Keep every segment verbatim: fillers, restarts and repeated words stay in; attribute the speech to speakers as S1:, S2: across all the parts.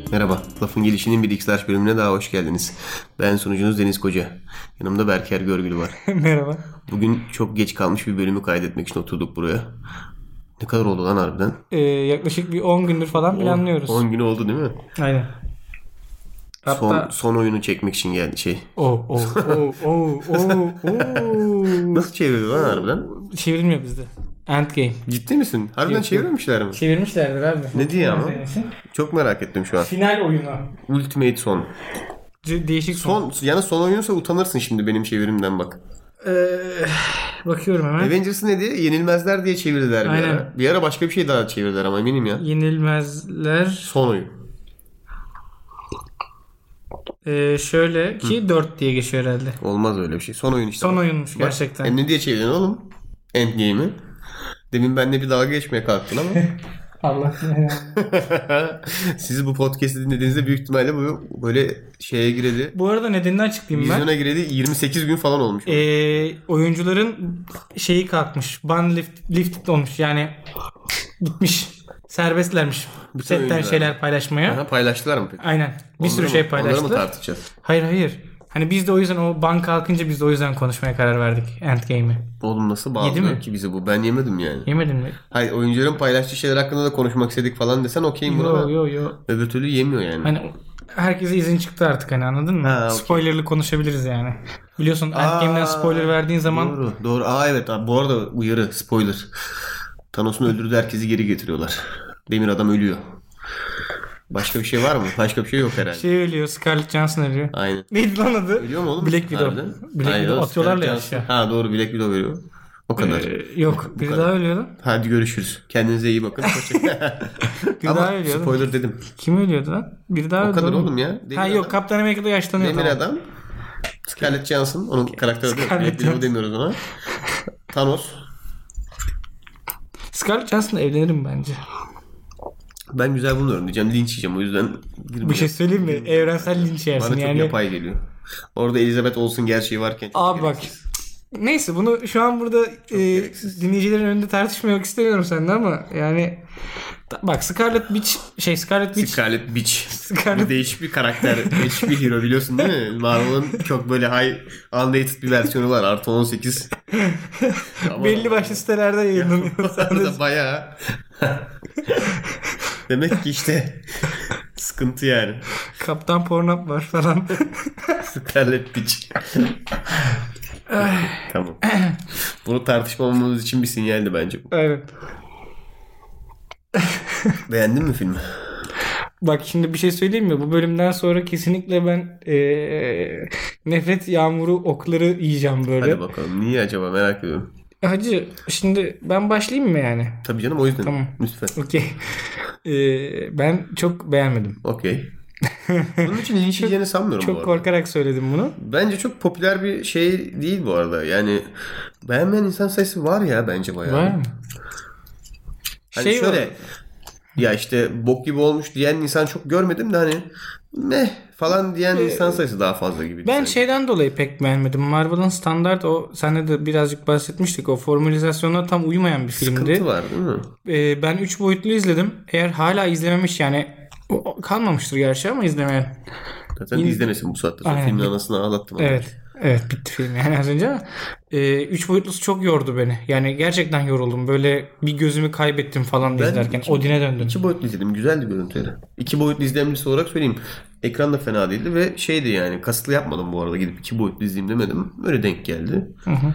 S1: Merhaba, Lafın Gelişi'nin bir X-Large bölümüne daha hoş geldiniz. Ben sunucunuz Deniz Koca. Yanımda Berker Görgülü var.
S2: Merhaba.
S1: Bugün çok geç kalmış bir bölümü kaydetmek için oturduk buraya. Ne kadar oldu lan harbiden?
S2: Ee, yaklaşık bir on gündür falan planlıyoruz.
S1: on gün oldu değil mi?
S2: Aynen. Hatta...
S1: Son, son oyunu çekmek için geldi şey.
S2: Oh, oh, oh, oh, oh, oh.
S1: Nasıl çevirdi lan harbiden?
S2: Çevrilmiyor bizde. Endgame.
S1: Ciddi misin? Harbiden
S2: Yok,
S1: çevirmemişler mi?
S2: Çevirmişlerdir abi.
S1: Ne diye ama? Çok merak ettim şu an.
S2: Final oyunu.
S1: Ultimate son.
S2: C- değişik
S1: son. Son, yani son oyunsa utanırsın şimdi benim çevirimden bak.
S2: Ee, bakıyorum hemen.
S1: Avengers'ı ne diye? Yenilmezler diye çevirdiler bir
S2: Aynen.
S1: ara. Bir ara başka bir şey daha çevirdiler ama eminim ya.
S2: Yenilmezler.
S1: Son oyun.
S2: Ee, şöyle ki Hı. dört diye geçiyor herhalde.
S1: Olmaz öyle bir şey. Son oyun işte.
S2: Son
S1: bak.
S2: oyunmuş
S1: Bak,
S2: gerçekten.
S1: E ne diye çevirdin oğlum? Endgame'i. Demin benimle bir dalga geçmeye kalktın ama.
S2: Allah.
S1: Siz bu podcast'i dinlediğinizde büyük ihtimalle bu böyle şeye gireli.
S2: Bu arada nedenini açıklayayım ben.
S1: Vizyona gireli yirmi sekiz gün falan olmuş.
S2: Ee, oyuncuların şeyi kalkmış. Ban lift, lifted olmuş. Yani bitmiş. Serbestlermiş.
S1: Bütün
S2: Setten
S1: oyuncular.
S2: şeyler paylaşmaya.
S1: Aha, paylaştılar mı peki?
S2: Aynen. Bir
S1: Onları
S2: sürü
S1: mı,
S2: şey paylaştılar.
S1: Onları mı tartışacağız?
S2: Hayır hayır. Hani biz de o yüzden o ban kalkınca biz de o yüzden konuşmaya karar verdik Endgame'i.
S1: Oğlum nasıl
S2: Yedi
S1: bağlıyor
S2: mi?
S1: ki bizi bu? Ben yemedim yani.
S2: Yemedin mi?
S1: Hayır, oyuncuların paylaştığı şeyler hakkında da konuşmak istedik falan desen okeyim buna.
S2: Yo yo yo.
S1: Öbür türlü yemiyor yani.
S2: Hani herkese izin çıktı artık hani anladın mı?
S1: Ha, okay.
S2: Spoilerlı konuşabiliriz yani. Biliyorsun Endgame'den spoiler verdiğin zaman.
S1: Doğru doğru. Aa evet abi, bu arada uyarı spoiler. Thanos'un öldürdüğü herkesi geri getiriyorlar. Demir adam ölüyor. Başka bir şey var mı? Başka bir şey yok herhalde.
S2: Şey ölüyor. Scarlett Johansson ölüyor.
S1: Aynen.
S2: Neydi lan adı?
S1: Ölüyor mu oğlum?
S2: Black Widow.
S1: Harbiden.
S2: Black
S1: Hayır,
S2: Widow atıyorlar ya
S1: aşağı.
S2: aşağı.
S1: Ha doğru, Black Widow veriyor. O kadar.
S2: Ee, yok. Biri
S1: kadar.
S2: daha ölüyordu.
S1: Hadi görüşürüz. Kendinize iyi bakın.
S2: Biri
S1: Ama
S2: daha ölüyordu.
S1: spoiler dedim.
S2: Kim ölüyordu lan? Biri daha
S1: O
S2: öldü.
S1: kadar oğlum ya. Demir
S2: ha
S1: adam.
S2: yok, Kaptan Amerika'da yaşlanıyor.
S1: Demir
S2: tamam.
S1: adam. Scarlett Johansson. Onun karakteri değil.
S2: Scarlett
S1: Black Widow demiyoruz ona. Thanos.
S2: Scarlett Johansson'la evlenirim bence.
S1: Ben güzel bulmuyorum diyeceğim. Linç yiyeceğim. O yüzden
S2: Bir şey söyleyeyim mi? Evrensel linç yersin
S1: bana
S2: yani.
S1: çok yapay geliyor. Orada Elizabeth Olsen gerçeği varken.
S2: Abi bak. Neyse bunu şu an burada e, dinleyicilerin önünde tartışmamak istemiyorum seninle ama yani bak Scarlet Witch şey Scarlet Witch
S1: Scarlet Witch.
S2: Scarlet...
S1: Bu değişik bir karakter. Değişik bir hero biliyorsun değil mi? Marvel'ın çok böyle high unrated bir versiyonu var. Artı on sekiz. Ama
S2: belli başlı sitelerde yayınlanıyor.
S1: Orada bayağı. Demek ki işte sıkıntı yani.
S2: Kaptan Pornhub var falan.
S1: Scarlet Witch. Tamam. Bunu tartışmamamız için bir sinyaldi bence bu.
S2: Evet.
S1: Beğendin mi filmi?
S2: Bak şimdi bir şey söyleyeyim mi? Bu bölümden sonra kesinlikle ben ee, nefret yağmuru okları yiyeceğim böyle.
S1: Hadi bakalım. Niye acaba, merak ediyorum.
S2: Hacı şimdi ben başlayayım mı yani?
S1: Tabii canım, o yüzden.
S2: Tamam.
S1: Lütfen.
S2: Okey. Ee, ben çok beğenmedim.
S1: Okey. Bunun için linç yiyeceğini sanmıyorum
S2: çok
S1: bu arada.
S2: Çok korkarak söyledim bunu.
S1: Bence çok popüler bir şey değil bu arada. Yani beğenmeyen insan sayısı var ya bence bayağı.
S2: Var mı?
S1: Hani
S2: şey
S1: şöyle
S2: var.
S1: Ya işte bok gibi olmuş diyen insan çok görmedim de hani meh falan diyen ee, insan sayısı daha fazla gibi.
S2: Ben
S1: sanki.
S2: şeyden dolayı pek beğenmedim. Marvel'ın standart o senle de birazcık bahsetmiştik. O formülizasyona tam uymayan bir filmdi.
S1: Sıkıntı var değil mi?
S2: Ee, ben üç boyutlu izledim. Eğer hala izlememiş yani kalmamıştır gerçi ama izlemeyen.
S1: Zaten İn... izlemesin bu saatte sonra. Filmin anasını ağlattım.
S2: Evet. Abi. Evet bitti film yani az önce ama e, üç boyutlusu çok yordu beni. Yani gerçekten yoruldum. Böyle bir gözümü kaybettim falan ben izlerken. Iki, Odin'e döndüm.
S1: İki boyutlu izledim. Güzeldi görüntüleri. İki boyutlu izleyen birisi olarak söyleyeyim. Ekran da fena değildi ve şeydi yani, kasıtlı yapmadım bu arada. Gidip iki boyutlu izleyeyim demedim. Öyle denk geldi. Hı hı.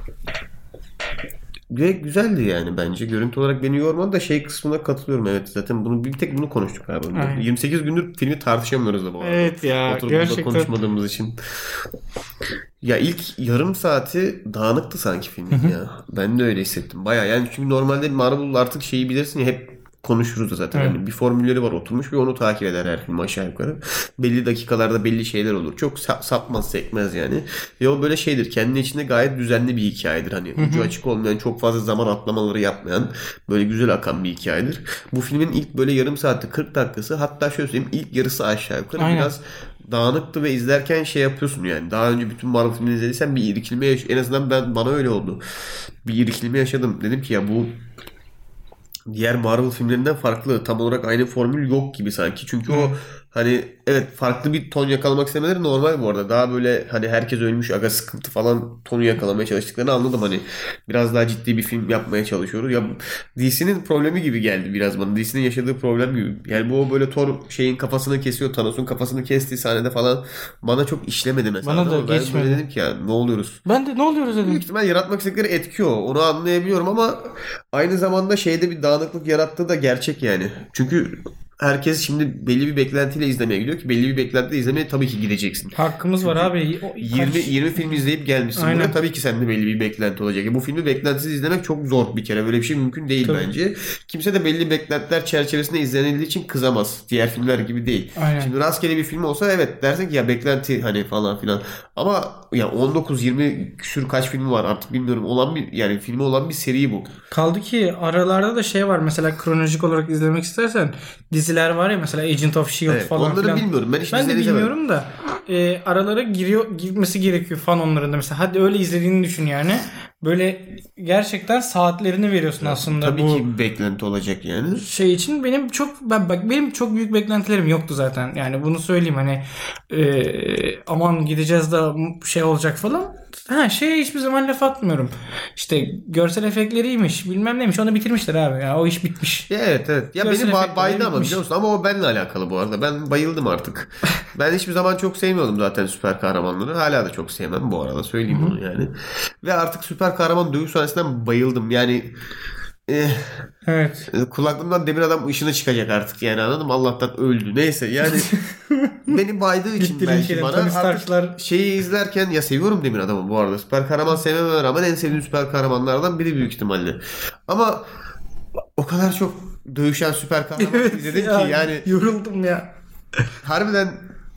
S1: Ve güzeldi yani bence. Görüntü olarak beni yormadı da şey kısmına katılıyorum. Evet, zaten bunu bir tek bunu konuştuk abi. Aynen. yirmi sekiz gündür filmi tartışamıyoruz da bu arada.
S2: Evet ya.
S1: Oturup
S2: gerçekten.
S1: konuşmadığımız için. Ya ilk yarım saati dağınıktı sanki filmin ya. Ben de öyle hissettim. Baya yani, çünkü normalde Marvel artık şeyi bilirsin ya, hep konuşuruz da zaten. Yani bir formülleri var oturmuş ve onu takip eder her film aşağı yukarı. Belli dakikalarda belli şeyler olur. Çok sapmaz sekmez yani. Ve o böyle şeydir. Kendi içinde gayet düzenli bir hikayedir. Hani ucu açık olmayan, çok fazla zaman atlamaları yapmayan, böyle güzel akan bir hikayedir. Bu filmin ilk böyle yarım saati kırk dakikası, hatta şöyle söyleyeyim, ilk yarısı aşağı yukarı Aynen. biraz dağınıktı ve izlerken şey yapıyorsun yani. Daha önce bütün Marvel filmlerini izlediysen bir irkilme yaş- en azından ben bana öyle oldu. Bir irkilme yaşadım. Dedim ki ya bu diğer Marvel filmlerinden farklı. Tam olarak aynı formül yok gibi sanki. Çünkü hmm. o Hani evet farklı bir ton yakalamak istemeleri normal bu arada. Daha böyle hani herkes ölmüş aga sıkıntı falan tonu yakalamaya çalıştıklarını anladım. Hani biraz daha ciddi bir film yapmaya çalışıyoruz. Ya D C'nin problemi gibi geldi biraz bana. D C'nin yaşadığı problem gibi. Yani bu böyle Thor şeyin kafasını kesiyor. Thanos'un kafasını kestiği sahnede falan bana çok işlemedi mesela.
S2: Bana da
S1: Ama ben
S2: geçmedi.
S1: böyle dedim ki ya ne oluyoruz?
S2: Ben de ne oluyoruz dedim.
S1: Büyük ihtimal yaratmak istedikleri etki o. Onu anlayabiliyorum ama aynı zamanda şeyde bir dağınıklık yarattığı da gerçek yani. Çünkü herkes şimdi belli bir beklentiyle izlemeye gidiyor ki belli bir beklentiyle izlemeye tabii ki gideceksin.
S2: Hakkımız var abi. O,
S1: yirmi
S2: kaç-
S1: yirmi film izleyip gelmişsin
S2: Aynen.
S1: buraya. Tabii ki sende belli bir beklenti olacak. Bu filmi beklentisiz izlemek çok zor bir kere. Böyle bir şey mümkün değil
S2: Tabii.
S1: bence. Kimse de belli beklentiler çerçevesinde izlenildiği için kızamaz. Diğer filmler gibi değil.
S2: Aynen.
S1: Şimdi rastgele bir film olsa evet dersin ki ya beklenti hani falan filan. Ama ya on dokuz yirmi küsür kaç filmi var artık bilmiyorum. Olan bir yani filmi olan bir seri bu.
S2: Kaldı ki aralarda da şey var mesela kronolojik olarak izlemek istersen diziler var ya mesela Agent of Shield
S1: Evet,
S2: falan
S1: onları
S2: filan.
S1: bilmiyorum. Ben hiç
S2: Ben de
S1: dizileri izlemedim.
S2: bilmiyorum da e, aralara giriyor girmesi gerekiyor fan onların da mesela. Hadi öyle izlediğini düşün yani. Böyle gerçekten saatlerini veriyorsun aslında
S1: Tabii
S2: bu
S1: ki bir beklenti olacak yani.
S2: şey için. Benim çok ben bak benim çok büyük beklentilerim yoktu zaten. Yani bunu söyleyeyim hani e, aman gideceğiz da şey olacak falan. Ha şeye hiçbir zaman laf atmıyorum. İşte görsel efektleriymiş, bilmem neymiş. Onu bitirmişler abi. Ya o iş bitmiş.
S1: Ya evet evet. Ya
S2: Görsel
S1: beni ba-
S2: efektler
S1: baydı ama
S2: bitmiş.
S1: biliyor musun? Ama o benimle alakalı bu arada. Ben bayıldım artık. Ben hiçbir zaman çok sevmiyordum zaten süper kahramanları. Hala da çok sevmem bu arada. Söyleyeyim bunu yani. Ve artık süper kahraman dövüş sahnesinden bayıldım. Yani eh,
S2: Evet.
S1: kulaklığımdan demir adam ışını çıkacak artık yani anladım. Allah'tan öldü. Neyse yani beni baydığı için
S2: Gitti
S1: belki
S2: Lincoln,
S1: bana
S2: Tony
S1: artık
S2: Stark'lar.
S1: şeyi izlerken ya seviyorum demir adamı bu arada. Süper kahraman sevmeme rağmen en sevdiğim süper kahramanlardan biri büyük ihtimalle. Ama o kadar çok dövüşen süper kahraman izledim
S2: ya,
S1: ki yani
S2: yoruldum ya.
S1: harbiden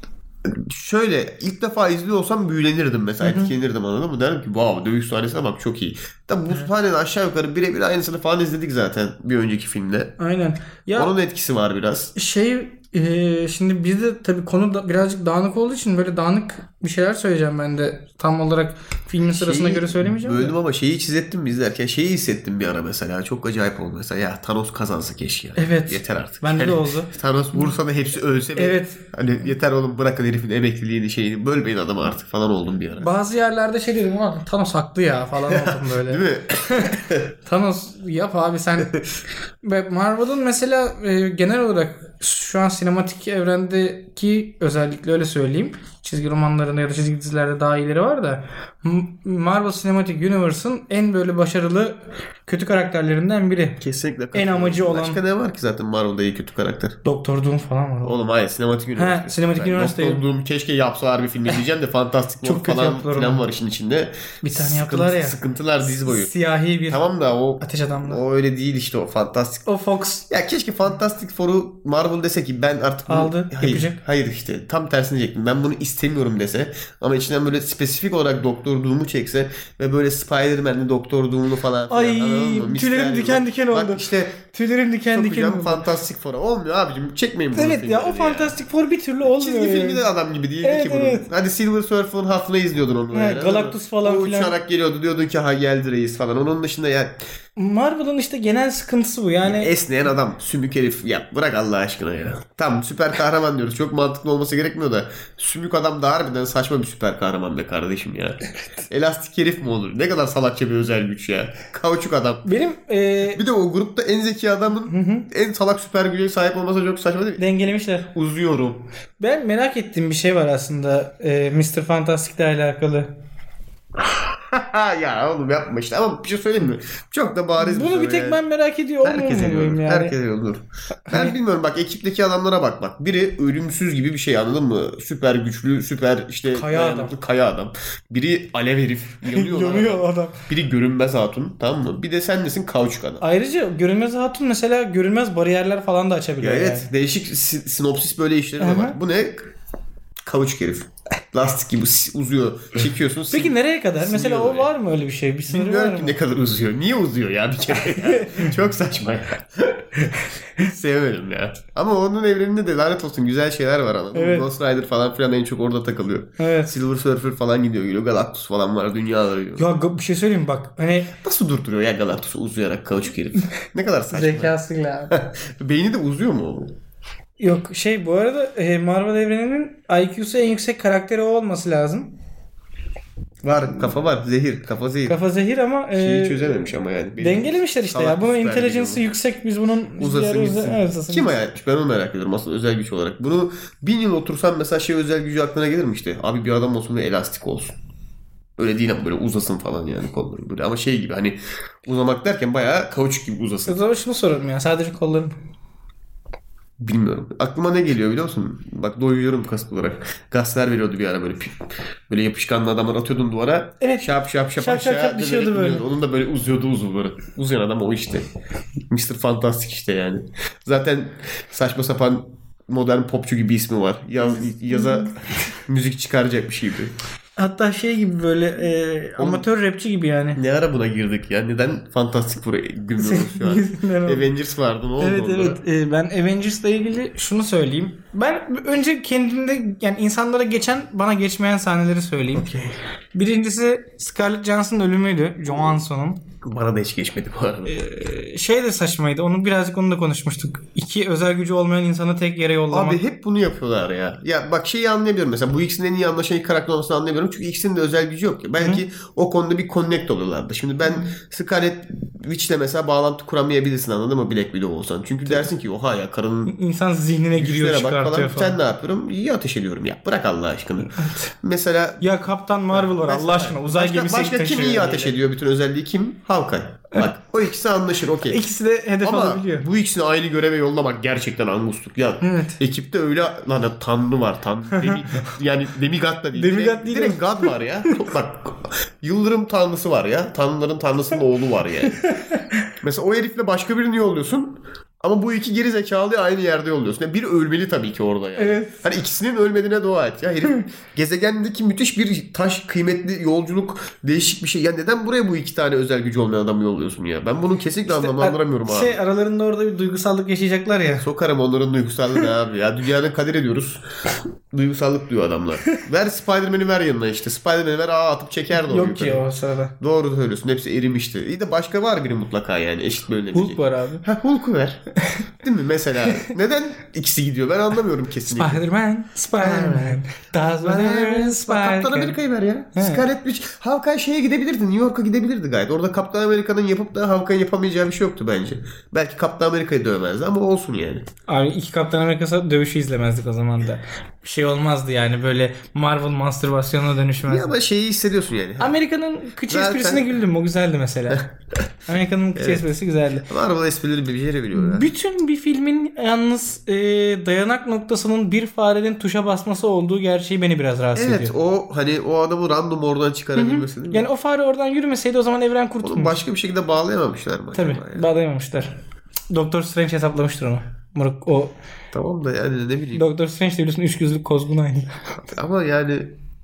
S1: şöyle ilk defa izliyor olsam büyülenirdim mesela etkilenirdim anladın mı? Derim ki wow dövüş sahnesine bak çok iyi. Tabi bu sahnenin aşağı yukarı birebir aynısını falan izledik zaten bir önceki filmde.
S2: Aynen. Ya
S1: Onun etkisi var biraz.
S2: şey e, şimdi bizde tabii konu da birazcık dağınık olduğu için böyle dağınık bir şeyler söyleyeceğim ben de. Tam olarak filmin sırasına
S1: Şeyi
S2: göre söylemeyeceğim
S1: böldüm
S2: de.
S1: ama şeyi hiç izlettim mi izlerken şeyi hissettim bir ara mesela çok acayip oldu mesela ya Thanos kazansa keşke. Yani.
S2: Evet.
S1: Yeter artık.
S2: Bende de
S1: Yani
S2: oldu.
S1: Thanos vursa da hepsi ölse mi?
S2: Evet.
S1: Hani yeter oğlum bırakın herifin emekliliğini şeyini bölmeyin adamı artık falan oldum bir ara.
S2: Bazı yerlerde şey dedim ulan Thanos haklı ya falan oldum böyle.
S1: Değil mi?
S2: Thanos yap abi sen. Ve Marvel'ın mesela e, genel olarak şu an sinematik evrendeki özellikle öyle söyleyeyim. Çizgi romanlarında ya da çizgi dizilerde daha iyileri var da M- Marvel Cinematic Universe'ın en böyle başarılı kötü karakterlerinden biri.
S1: Kesinlikle
S2: En
S1: katılıyorum.
S2: amacı olan
S1: Başka ne var ki zaten Marvel'da iyi kötü karakter?
S2: Doktor Doom falan var.
S1: Oğlum hayır sinematik üniversite.
S2: He, sinematik
S1: Yani
S2: üniversite.
S1: Doktor Doom keşke yapsalar bir film izleyeceğim de Fantastic
S2: Çok
S1: Four
S2: kötü
S1: falan
S2: yaptılar
S1: filan
S2: onu.
S1: var işin içinde.
S2: Bir tane
S1: Sıkıntı-
S2: yaptılar ya.
S1: Sıkıntılar dizi boyu.
S2: Siyahi bir
S1: Tamam da o
S2: ateş adamlı.
S1: o öyle değil işte o Fantastic.
S2: O Fox
S1: Ya keşke Fantastic Four'u Marvel dese ki ben artık bunu...
S2: Aldı,
S1: hayır,
S2: yapacak.
S1: hayır işte tam tersini diyecektim. Ben bunu istemiyorum dese ama içinden böyle spesifik olarak Doktor Doom'u çekse ve böyle Spider-Man'li Doktor Doom'lu falan filan.
S2: Ay,
S1: anladın mı?
S2: tüylerim
S1: Mysterio'lu.
S2: diken diken oldu.
S1: Bak işte
S2: tüylerim diken diken
S1: sokacağım
S2: oldu.
S1: Fantastic Four'a. Olmuyor abicim çekmeyin bunu.
S2: Evet ya o Fantastic Four bir türlü olmuyor.
S1: Çizgi
S2: yani.
S1: filmi de adam gibi değildi
S2: Evet,
S1: ki bunun.
S2: evet.
S1: Hadi Silver Surfer'ın hatırına izliyordun onu.
S2: He,
S1: yani,
S2: Galactus falan
S1: o
S2: filan.
S1: uçarak geliyordu diyordun ki ha geldi reis falan. Onun dışında ya
S2: Marvel'ın işte genel sıkıntısı bu. Yani
S1: esneyen adam sümük herif ya bırak Allah aşkına ya. Tamam süper kahraman diyoruz. Çok mantıklı olması gerekmiyor da sümük adam da harbiden saçma bir süper kahraman be kardeşim ya. Elastik herif mi olur? Ne kadar salakça bir özel güç ya. Kauçuk adam.
S2: benim e,
S1: Bir de o grupta en zeki adamın en salak süper güce sahip olması çok saçma değil mi?
S2: dengelemişler.
S1: Uzuyorum.
S2: Ben merak ettiğim bir şey var aslında e, mister Fantastic'le alakalı.
S1: ya oğlum yapma işte ama bir şey söyleyeyim mi? Çok da bariz
S2: Bunu
S1: soru
S2: bir tek
S1: yani.
S2: ben merak ediyor olmuyor
S1: Herkes
S2: muyum
S1: ediyor.
S2: yani?
S1: Herkes ediyor. Ben bilmiyorum bak ekipteki adamlara bak bak. Biri ölümsüz gibi bir şey anladın mı? Süper güçlü, süper işte
S2: Kaya
S1: dayanıklı
S2: adam.
S1: kaya adam. Biri alev herif. Yanıyor, lan
S2: Yanıyor
S1: adam.
S2: adam.
S1: Biri görünmez hatun tamam mı? Bir de sen nesin kauçuk adam.
S2: Ayrıca görünmez hatun mesela görünmez bariyerler falan da
S1: Ya
S2: açabiliyor.
S1: evet
S2: yani.
S1: değişik si- sinopsis böyle işleri de
S2: Aha.
S1: var. Bu ne? Kauçuk herif. Lastik gibi si- uzuyor. Çekiyorsun.
S2: Peki
S1: sil-
S2: nereye kadar? Mesela
S1: siliyor
S2: o
S1: yani.
S2: var mı öyle bir şey? Bir sınırı var
S1: Bilmiyorum
S2: mı?
S1: ki ne kadar uzuyor. Niye uzuyor ya bir kere ya? Çok saçma ya. Hiç sevmedim ya. Ama onun evreninde de lanet olsun güzel şeyler var anladın mı?
S2: Evet.
S1: Ghost Rider falan filan en çok orada takılıyor.
S2: Evet.
S1: Silver Surfer falan gidiyor geliyor. Galactus falan var. Dünyaları yiyor.
S2: Ya ga- bir şey söyleyeyim mi? Bak hani
S1: Nasıl durduruyor ya Galactus'u uzayarak kauçuk herif? Ne kadar saçma.
S2: zekasıyla abi.
S1: Beyni de uzuyor mu onun?
S2: Yok şey bu arada e, Marvel evreninin I Q'su en yüksek karakteri o olması lazım.
S1: Var kafa var zehir kafa zehir.
S2: Kafa zehir ama
S1: Şeyi
S2: e,
S1: çözememiş ama yani. Benim
S2: dengelemişler işte ya. Bunun intelligence'ı yüksek, biz bunun
S1: uzasın
S2: diğer
S1: gitsin.
S2: özel- uzasın
S1: Kim
S2: gitsin.
S1: hayal etmiş? Ben onu merak ediyorum aslında özel güç olarak. Bunu bin yıl otursam mesela şey özel gücü aklına gelir mi işte? Abi bir adam olsun ve elastik olsun. Öyle değil ama böyle uzasın falan yani kolları böyle. Ama şey gibi hani uzamak derken bayağı kauçuk gibi
S2: O
S1: uzasın.
S2: zaman şunu sorarım ya, sadece kolların.
S1: Bilmiyorum. Aklıma ne geliyor biliyor musun? Bak doyuyorum kasıt olarak. Gazeteler veriyordu bir ara böyle böyle yapışkanlı adamlar atıyordun duvara.
S2: Evet.
S1: Şap şap şap
S2: Şap şap
S1: aşağı
S2: şap düşüyordu böyle.
S1: iniyordu. Onun da böyle uzuyordu uzuvları. Uzayan adam o işte. mister Fantastic işte yani. Zaten saçma sapan modern popçu gibi ismi var. Yaz, yaza müzik çıkaracak bir şeydi.
S2: Hatta şey gibi böyle e, amatör rapçi gibi yani.
S1: Ne ara buna girdik ya? Neden Fantastic buraya gülmüyoruz şu an? Avengers vardı ne oldu
S2: Evet
S1: onlara?
S2: evet e, ben Avengers'la ilgili şunu söyleyeyim. Ben önce kendimde yani insanlara geçen bana geçmeyen sahneleri söyleyeyim.
S1: Okay.
S2: Birincisi Scarlett Johansson'ın ölümüydü. Johansson'un.
S1: Bana da hiç geçmedi bu arada.
S2: Ee, şey de saçmaydı. Onu birazcık onu da konuşmuştuk. İki özel gücü olmayan insanı tek yere yollamak.
S1: Abi hep bunu yapıyorlar ya. Ya bak şeyi anlayabiliyorum mesela bu ikisinin en iyi anlaşan iki karakter olmasını anlayabiliyorum. Çünkü ikisinin de özel gücü yok ya. Belki Hı. o konuda bir connect oluyorlardı. Şimdi ben Hı. Scarlet Witch'le mesela bağlantı kuramayabilirsin anladın mı Black Widow olsan. Çünkü Tabii. dersin ki oha ya karının
S2: insan zihnine giriyor çıkartıyor falan. falan.
S1: Sen ne yapıyorum? İyi ateş ediyorum ya. Bırak Allah aşkına. Mesela
S2: ya Kaptan Marvel var Allah aşkına. Uzay
S1: başka,
S2: gemisi
S1: başka kim iyi ateş böyle. ediyor bütün özelliği kim? Hawkeye. Bak o ikisi anlaşır okey.
S2: İkisi de hedef
S1: Ama
S2: alabiliyor.
S1: bu ikisini aynı göreve yollamak gerçekten angusluk. Ya
S2: evet.
S1: ekipte öyle lan tanrı var. Tanrı. Demi, yani demigod da değil.
S2: Demigod değil.
S1: Direkt God var ya. Bak yıldırım tanrısı var ya. Tanrıların tanrısının oğlu var yani. Mesela o herifle başka birini yolluyorsun. Ama bu iki geri zekalıyı aynı yerde yolluyorsun. Yani biri ölmeli tabii ki orada yani.
S2: Evet.
S1: Hani ikisinin ölmediğine dua et. Ya herif gezegendeki müthiş bir taş, kıymetli yolculuk, değişik bir şey. Ya neden buraya bu iki tane özel gücü olmayan adamı yolluyorsun ya? Ben bunu kesinlikle işte anlamlandıramıyorum
S2: şey,
S1: abi.
S2: Şey aralarında orada bir duygusallık yaşayacaklar ya.
S1: Sokarım onların duygusallığını abi. Ya dünyanın kadir ediyoruz. Duygusallık diyor adamlar. Ver Spider-Man'i ver yanına işte. Spider-Man'i ver ağa atıp çeker de
S2: Yok ki o sırada.
S1: Doğru söylüyorsun. Hepsi erimişti. İyi de başka var biri mutlaka yani. Eşit böyle bir
S2: Hulk var abi.
S1: Ha Hulk'u ver. Değil mi mesela? Neden ikisi gidiyor? Ben anlamıyorum kesinlikle.
S2: Spider-Man, Spider-Man. Does whatever Spider-Man.
S1: Kaptan Amerika'yı ver ya. He. Scarlet Witch. Hawkeye şeye gidebilirdi. New York'a gidebilirdi gayet. Orada Kaptan Amerika'nın yapıp da Hawkeye'nin yapamayacağı bir şey yoktu bence. Belki Kaptan Amerika'yı dövmezdi ama olsun yani.
S2: Abi iki Kaptan Amerika dövüşü izlemezdik o zaman da. Bir şey olmazdı yani böyle Marvel mastürbasyonuna dönüşmezdi.
S1: Ya ama şeyi hissediyorsun yani.
S2: Amerika'nın kıç
S1: Zaten...
S2: esprisine güldüm. O güzeldi mesela. Amerika'nın kıç evet. esprisi güzeldi.
S1: Marvel esprileri bir yere biliyor ya.
S2: Bütün bir filmin yalnız e, dayanak noktasının bir farenin tuşa basması olduğu gerçeği beni biraz rahatsız
S1: evet,
S2: ediyor.
S1: Evet o hani o adamı random oradan çıkarabilmesi değil mi?
S2: Yani o fare oradan yürümeseydi o zaman evren kurtulmuş.
S1: Onu başka bir şekilde bağlayamamışlar mı?
S2: Tabii yani? Bağlayamamışlar. Doktor Strange hesaplamıştır onu. Moruk o.
S1: Tamam da yani ne bileyim.
S2: Doktor Strange de biliyorsun üç gözlük kozgun aynı.
S1: Ama yani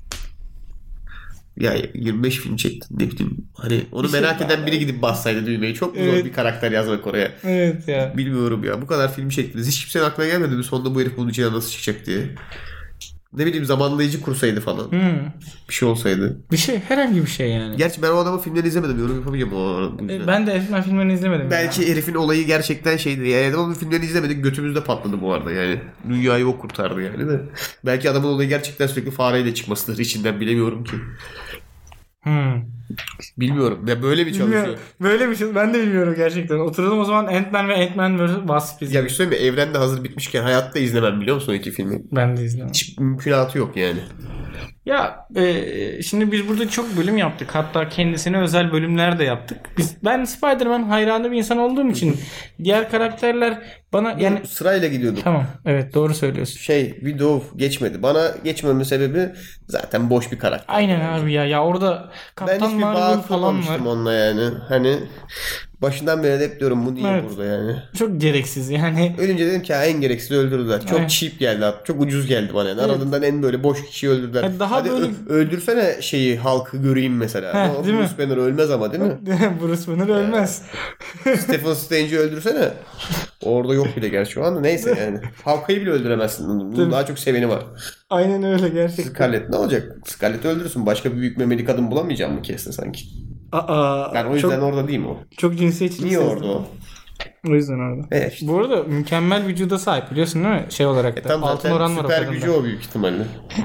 S1: ya yirmi beş film çektin ne bileyim. Hani onu bir merak şey eden biri gidip bassaydı düğmeyi. Çok mu evet. zor bir karakter yazmak oraya?
S2: Evet ya.
S1: Bilmiyorum ya. Bu kadar film çektiniz. Hiç kimsenin aklına gelmedi mi? Sonunda bu herif bunun içine nasıl çıkacak diye. Ne bileyim zamanlayıcı kursaydı falan.
S2: Hmm.
S1: Bir şey olsaydı.
S2: Bir şey herhangi bir şey yani.
S1: Gerçi ben o adamın filmlerini izlemedim. Yorum yapamayacağım o
S2: e, Ben de herifin filmlerini izlemedim.
S1: Belki ya. Herifin olayı gerçekten şeydi. Yani adamın filmlerini izlemedik. Götümüzde patladı bu arada yani. Dünyayı o kurtardı yani de. Belki adamın olayı gerçekten sürekli fareyle çıkmasıdır içinden bilemiyorum ki.
S2: Hmm.
S1: Bilmiyorum. Ya böyle mi çalışıyor?
S2: Böyle bir şey. Ben de bilmiyorum gerçekten. Oturalım o zaman Ant-Man ve Ant-Man versus. Wasp izleyelim.
S1: Ya bir şey söyleyeyim mi? Evrende hazır bitmişken hayatta izlemem biliyor musun o iki filmi?
S2: Ben de izlemem.
S1: Hiç mümkünatı yok yani.
S2: Ya e, şimdi biz burada çok bölüm yaptık. Hatta kendisine özel bölümler de yaptık. Biz ben Spider-Man hayranı bir insan olduğum için diğer karakterler bana yani
S1: bu sırayla gidiyorduk.
S2: Tamam. Evet doğru söylüyorsun.
S1: Şey Widow geçmedi. Bana geçmemenin sebebi zaten boş bir karakter.
S2: Aynen yani. Abi ya. Ya orada Kaptan Marvel falan var.
S1: Onunla yani. Hani başından beri de hep diyorum bu niye evet. burada yani.
S2: Çok gereksiz yani.
S1: Ölünce dedim ki ha, en gereksiz öldürdüler. Çok evet. cheap geldi abi. Çok ucuz geldi bana yani. Evet. Aradığından en böyle boş kişiyi öldürdüler. Yani daha hadi böyle... ö- öldürsene şeyi halkı göreyim mesela.
S2: Heh,
S1: Bruce mi? Banner ölmez ama değil mi?
S2: Bruce Banner ölmez.
S1: Stephen Strange'i öldürsene. Orada yok bile gerçi şu anda. Neyse yani. Hawkeye'yi bile öldüremezsin. Bunun daha çok seveni var.
S2: Aynen öyle gerçekten.
S1: Scarlett ne olacak? Scarlett'i öldürürsün. Başka bir büyük memeli kadın bulamayacağım mı keste sanki?
S2: Aa,
S1: yani o yüzden çok, orada değil mi o?
S2: Çok cinsiyetçi.
S1: Niye orada o?
S2: O yüzden orada.
S1: Evet işte.
S2: Bu arada mükemmel vücuda sahip biliyorsun değil mi? Şey olarak da.
S1: E, tam
S2: altın oran var o
S1: süper
S2: kadında.
S1: gücü o büyük ihtimalle.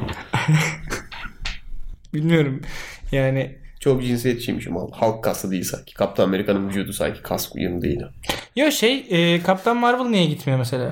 S2: Bilmiyorum. Yani
S1: Çok cinsiyetçiymiş ama halk kası değil sanki. Kaptan Amerika'nın vücudu sanki kas uyumu değil.
S2: ya şey e, Kaptan Marvel niye gitmiyor mesela?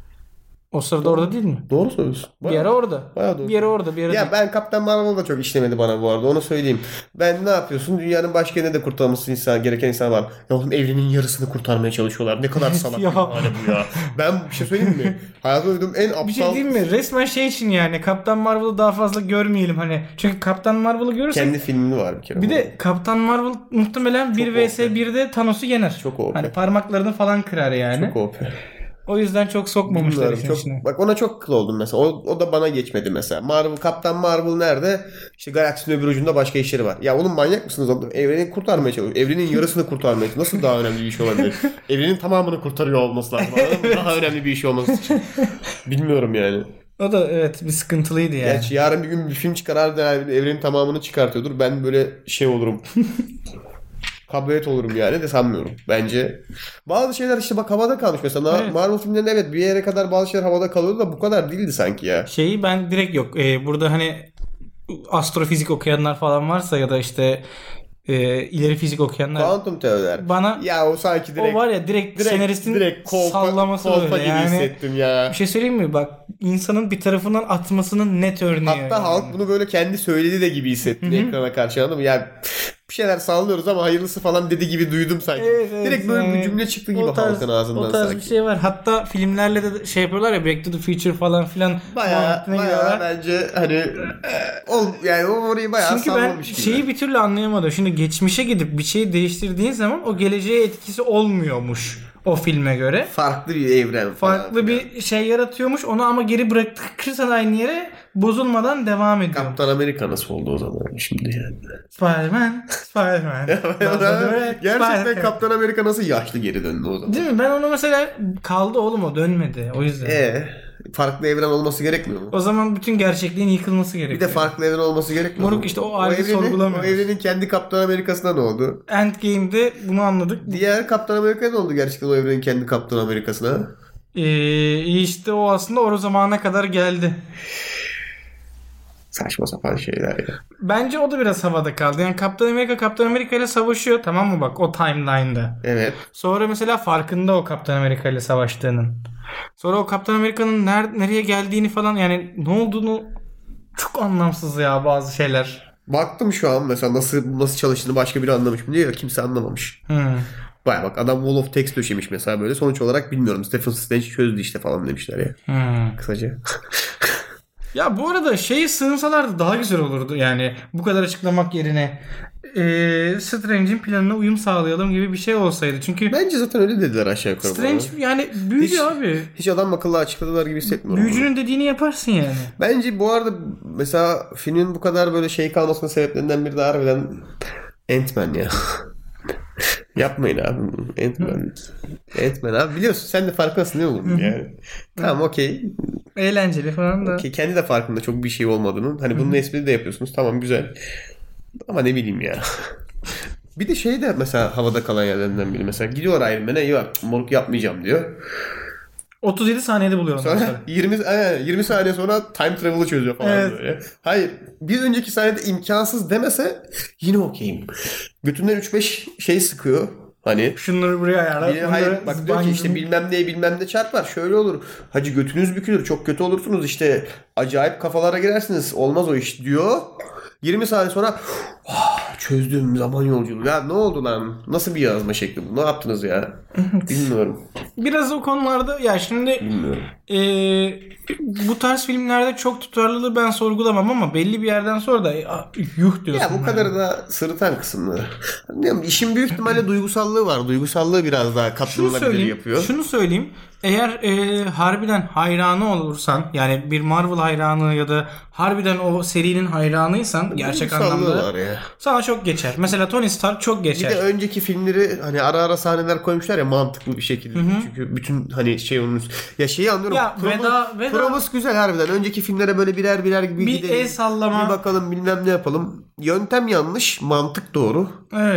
S2: O sırada
S1: Doğru.
S2: orada değil mi?
S1: Doğru söylüyorsun.
S2: Bir ara orada.
S1: Bayağı doğru.
S2: Bir ara orada, bir ara
S1: Ya
S2: değil.
S1: ben Kaptan Marvel da çok işlemedi bana bu arada. Onu söyleyeyim. Ben ne yapıyorsun? Dünyanın başka yerine de kurtarması insan, gereken insan var. Ya oğlum evrenin yarısını kurtarmaya çalışıyorlar. Ne kadar salak bir
S2: Ya.
S1: hale bu ya. Ben bir şey söyleyeyim mi? Hayatımda duyduğum en aptal...
S2: Bir şey diyeyim mi? Resmen şey için yani Kaptan Marvel'ı daha fazla görmeyelim hani. Çünkü Kaptan Marvel'ı görürsek
S1: Kendi filmini var bir kere.
S2: bir de Kaptan Marvel muhtemelen bir vs birde Thanos'u yener.
S1: Çok O P.
S2: Hani parmaklarını falan kırar yani.
S1: Çok O P.
S2: O yüzden çok sokmamışlar
S1: Bilmiyorum,
S2: işin
S1: çok,
S2: içine.
S1: bak ona çok kıl oldum mesela. O, o da bana geçmedi mesela. Marvel, Kaptan Marvel nerede? İşte galaksinin öbür ucunda başka işleri var. Ya oğlum manyak mısınız oğlum? Evreni kurtarmaya çalışıyor. Evrenin yarısını kurtarmaya çalışıyor. Nasıl daha önemli bir iş olabilir? Evrenin tamamını kurtarıyor olması lazım. Anladın mı? Daha önemli bir iş olması için. Bilmiyorum yani.
S2: O da evet bir sıkıntılıydı yani.
S1: Gerçi yarın bir gün bir film çıkar yani evrenin tamamını çıkartıyordur. Ben böyle şey olurum. Kabuliyet olurum yani de sanmıyorum. Bence bazı şeyler işte bak havada kalmış mesela.
S2: Evet.
S1: Marvel filmlerinde evet bir yere kadar bazı şeyler havada kalıyordu da bu kadar değildi sanki ya.
S2: Şeyi ben direkt yok. Ee, burada hani astrofizik okuyanlar falan varsa ya da işte e, ileri fizik okuyanlar
S1: Kuantum teoriler.
S2: bana
S1: Ya o sanki direkt
S2: o var ya direkt,
S1: direkt
S2: senaristin
S1: direkt kolpa,
S2: sallaması
S1: kolpa
S2: öyle
S1: gibi
S2: yani.
S1: hissettim ya.
S2: Bir şey söyleyeyim mi? Bak insanın bir tarafından atmasının net örneği.
S1: Hatta
S2: yani.
S1: halk bunu böyle kendi söyledi de gibi hissettim ekrana karşı, anladın mı? Yani bir şeyler sallıyoruz ama hayırlısı falan dedi gibi duydum sanki.
S2: Evet, evet,
S1: direkt böyle
S2: yani
S1: bir cümle çıktı gibi
S2: o tarz,
S1: halkın ağzından
S2: o tarz
S1: sanki.
S2: bir şey var. Hatta filmlerle de şey yapıyorlar ya Back to the Future falan filan.
S1: Bayağı
S2: muhabbetine
S1: bayağı
S2: giriyorlar.
S1: bence hani e, ol yani o orayı bayağı
S2: Çünkü ben
S1: sallamış gibi.
S2: şeyi bir türlü anlayamadım. Şimdi geçmişe gidip bir şeyi değiştirdiğin zaman o geleceğe etkisi olmuyormuş o filme göre.
S1: Farklı bir evren falan.
S2: Farklı bir şey yaratıyormuş. Onu ama geri bırakırsan aynı yere bozulmadan devam ediyor.
S1: Kaptan Amerika nasıl oldu o zaman şimdi yani?
S2: Spider-Man, Spider-Man.
S1: Gerçekten
S2: Spider-Man.
S1: Kaptan Amerika nasıl yaşlı geri döndü o zaman?
S2: Değil mi? Ben onu mesela kaldı oğlum o dönmedi. O yüzden.
S1: Ee, farklı evren olması gerekmiyor mu?
S2: O zaman bütün gerçekliğin yıkılması gerekiyor.
S1: Bir de farklı evren olması gerekmiyor mu?
S2: Moruk işte o ayrı
S1: evrenin,
S2: sorgulamıyoruz.
S1: O evrenin kendi Kaptan Amerika'sına ne oldu?
S2: Endgame'de bunu anladık.
S1: Diğer Kaptan Amerika ne oldu gerçekten o evrenin kendi Kaptan Amerika'sına?
S2: Ee, işte o aslında o zamana kadar geldi.
S1: Saçma sapan şeyler ya.
S2: Bence o da biraz havada kaldı. Yani Kaptan Amerika Kaptan Amerika ile savaşıyor. Tamam mı bak o timeline'da.
S1: Evet.
S2: Sonra mesela farkında o Kaptan Amerika ile savaştığının. Sonra o Kaptan Amerika'nın ner- nereye geldiğini falan yani ne olduğunu çok anlamsız ya bazı şeyler.
S1: Baktım şu an mesela nasıl nasıl çalıştığını başka biri anlamış mı diye, kimse anlamamış.
S2: Hmm.
S1: Baya bak adam wall of text döşemiş mesela böyle. Sonuç olarak bilmiyorum. Stephen Strange çözdü işte falan demişler ya.
S2: Hmm.
S1: Kısaca.
S2: Ya bu arada şeyi sığınsalardı daha güzel olurdu yani bu kadar açıklamak yerine ee, Strange'in planına uyum sağlayalım gibi bir şey olsaydı. Çünkü
S1: Bence zaten öyle dediler aşağı yukarı.
S2: Strange
S1: bana.
S2: yani büyücü
S1: Hiç-
S2: abi.
S1: Hiç adam akıllı açıkladılar gibi hissetmiyorum.
S2: Büyücünün dediğini yaparsın yani.
S1: Bence bu arada mesela filmin bu kadar böyle şey kalmasının sebeplerinden biri de harbiden Ant-Man ya. Yapmayın abi. Ant-Man. Ant-Man abi. Biliyorsun sen de farkındasın değil mi bunun yani? Tamam okey.
S2: Eğlenceli falan da.
S1: Okay. Kendi de farkında çok bir şey olmadığının. Hani bunun espri de yapıyorsunuz. Tamam güzel. Ama ne bileyim ya. Bir de şey de mesela havada kalan yerlerinden biri. Mesela gidiyor Iron Man'e yok moruk yapmayacağım diyor.
S2: otuz yedi saniyede buluyor ondan
S1: Sonra
S2: sonra.
S1: yirmi, aynen, yirmi saniye sonra time travel'ı çözüyor falan
S2: Evet.
S1: böyle. Hayır. Bir önceki saniyede imkansız demese yine okeyim. Götünden üç beş şey sıkıyor. Hani
S2: Şunları buraya ayarla.
S1: bir, hayır bak diyor ki işte bilmem neye bilmem ne çarpar. Şöyle olur. Hacı götünüz bükülür. Çok kötü olursunuz. İşte acayip kafalara girersiniz. Olmaz o iş diyor. yirmi saniye sonra oh, çözdüm zaman yolculuğu. Ya ne oldu lan? Nasıl bir yazma şekli bu? Ne yaptınız ya? Bilmiyorum.
S2: Biraz o konularda ya şimdi
S1: Bilmiyorum.
S2: e, bu tarz filmlerde çok tutarlılığı ben sorgulamam ama belli bir yerden sonra da ya, yuh diyorsun.
S1: Ya bu kadar da sırıtan kısımları. Bilmiyorum, işin büyük ihtimalle duygusallığı var. Duygusallığı biraz daha
S2: Şunu
S1: katlanılabilir
S2: söyleyeyim.
S1: yapıyor.
S2: Şunu söyleyeyim. Eğer e, harbiden hayranı olursan yani bir Marvel hayranı ya da harbiden o serinin hayranıysan gerçek
S1: Duygusallığı
S2: anlamda
S1: var ya.
S2: sana çok geçer. Mesela Tony Stark çok
S1: Bir
S2: geçer.
S1: de önceki filmleri hani ara ara sahneler koymuşlar ya mantıklı bir şekilde. Çünkü bütün hani şey onun ya şeyi anlıyorum.
S2: Ya
S1: Promo-
S2: veda- veda-
S1: Promus güzel harbiden. Önceki filmlere böyle birer birer gibi
S2: Bir
S1: gidelim.
S2: el sallama.
S1: Bir bakalım bilmem ne yapalım. Yöntem yanlış, mantık doğru.
S2: Evet.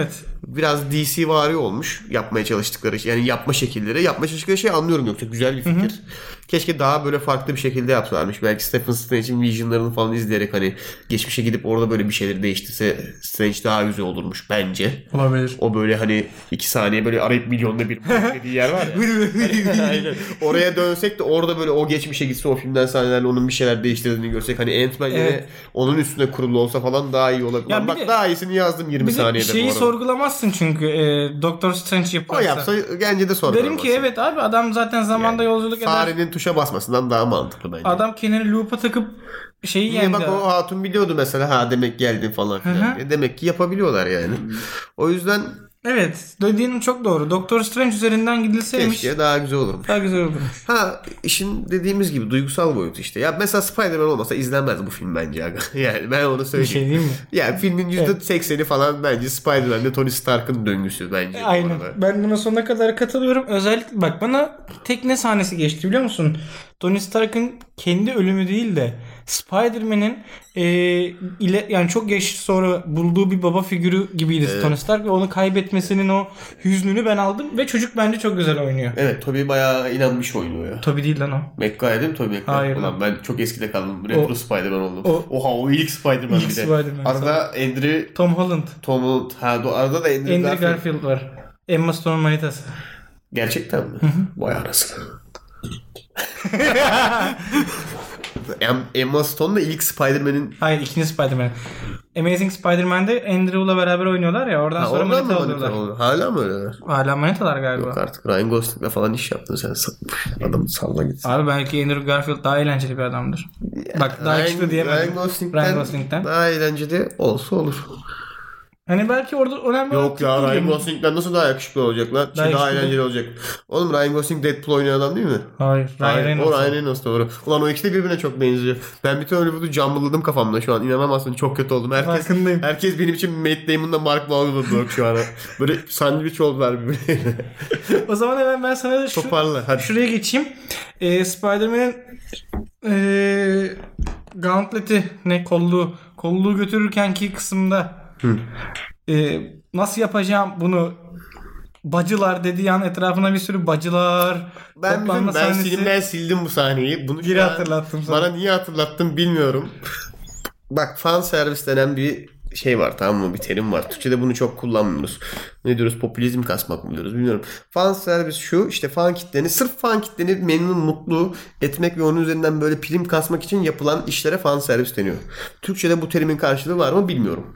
S1: biraz D C vari olmuş yapmaya çalıştıkları şey. Yani yapma şekilleri. Yapmaya çalıştıkları şey anlıyorum yoksa güzel bir fikir. Hı hı. Keşke daha böyle farklı bir şekilde yapsalarmış. Belki Stephen Strange'in Vision'larını falan izleyerek hani geçmişe gidip orada böyle bir şeyleri değiştirse Strange daha güzel olurmuş bence.
S2: Olabilir.
S1: O böyle hani iki saniye böyle arayıp milyonda bir dediği yer var ya. Aynen. Oraya dönsek de orada böyle o geçmişe gitse o filmden sahnelerle onun bir şeyler değiştirdiğini görsek hani Ant-Man evet. yine onun üstüne kurulu olsa falan daha iyi olabilir. Ya bak de, daha iyisini yazdım yirmi saniyede
S2: bu arada. Şeyi sorgulamazsın çünkü e, Doctor Strange yaparsa.
S1: O yapsa bence de sorgulamazsın.
S2: Derim ki evet abi adam zaten zamanda yani, yolculuk eder.
S1: Farenin tuşa basmasından daha mantıklı bence.
S2: Adam kendini loop'a takıp şeyi
S1: yendi. Bak o hatun biliyordu mesela ha demek geldin falan filan. Demek ki yapabiliyorlar yani. O yüzden
S2: evet. Dediğin çok doğru. Doctor Strange üzerinden gidilseymiş.
S1: Keşke daha güzel olurmuş.
S2: Daha güzel olurmuş.
S1: Ha işin dediğimiz gibi duygusal boyutu işte. Ya mesela Spider-Man olmasa izlenmez bu film bence. Yani ben onu söyleyeyim. Bir
S2: şey diyeyim mi?
S1: Yani filmin yüzde sekseni evet. falan bence Spider-Man'de Tony Stark'ın döngüsü bence.
S2: Aynen. Ben buna sonuna kadar katılıyorum. Özellikle bak bana tekne sahnesi geçti biliyor musun? Tony Stark'ın kendi ölümü değil de Spider-Man'in e, ile yani çok geç sonra bulduğu bir baba figürü gibiydi evet. Tony Stark ve onu kaybetmesinin o hüznünü ben aldım ve çocuk bence çok güzel oynuyor.
S1: Evet, Tobey bayağı inanmış oynuyor ya.
S2: Tobey değil lan o.
S1: McGuire değil mi Tobey McGuire?
S2: Hayır.
S1: Ulan ben çok eskide kaldım. Retro o, Spider-Man oldum.
S2: O,
S1: Oha o ilk Spider-Man
S2: ilk
S1: bir de.
S2: Spider-Man
S1: arada Andrew
S2: Tom Holland.
S1: Tom Holland. Ha arada da Andrew,
S2: Andrew Garfield. Garfield var. Emma Stone'un manitası.
S1: Gerçekten mi? Vay arasına. Emma Stone da ilk Spider-Man'in...
S2: Hayır ikinci Spider-Man. Amazing Spider-Man'de Andrew'la beraber oynuyorlar ya oradan ha, sonra manita alıyorlar.
S1: Hala mı öyle?
S2: Hala manitalar galiba.
S1: Yok artık Ryan Gosling'le falan iş yaptın sen. Adamı salla gitsin.
S2: Abi belki Andrew Garfield daha eğlenceli bir adamdır. Ya, Bak daha çıktı diyemedim.
S1: Ryan Gosling'den, Ryan Gosling'den daha eğlenceli olsa olur.
S2: Hani belki orada önemli
S1: yok ya Ryan Gosling'den nasıl daha yakışıklı olacak lan? Daha, şey daha eğlenceli olacak. Oğlum Ryan Gosling Deadpool oynayan adam değil mi?
S2: Hayır.
S1: Ryan Reynolds. O Ryan Reynolds doğru. Ulan o ikisi de birbirine çok benziyor. Ben bütün Hollywood'u cambaladım kafamda şu an. İnanamazsın çok kötü oldum. Herkes,
S2: farkındayım.
S1: Herkes benim için Matt Damon'la Mark Wahlberg şu an. Böyle sandviç oldular birbirine.
S2: O zaman hemen ben sana şu,
S1: Toparla, hadi.
S2: Şuraya geçeyim. Ee, Spider-Man'in ee, gauntlet'i ne kolluğu kolluğu götürürkenki kısımda Hı. Ee, nasıl yapacağım bunu bacılar dediği an etrafına bir sürü bacılar
S1: ben bizim, ben sahnesi... sildim ben sildim bu sahneyi bunu
S2: geri hatırlattım sana.
S1: Bana niye hatırlattım bilmiyorum. Bak fan servis denen bir şey var tamam mı bir terim var. Türkçe'de bunu çok kullanmıyoruz. Ne diyoruz popülizm kasmak mı diyoruz bilmiyorum. Fan servis şu işte fan kitleni sırf fan kitleni memnun mutlu etmek ve onun üzerinden böyle prim kasmak için yapılan işlere fan servis deniyor. Türkçe'de bu terimin karşılığı var mı bilmiyorum.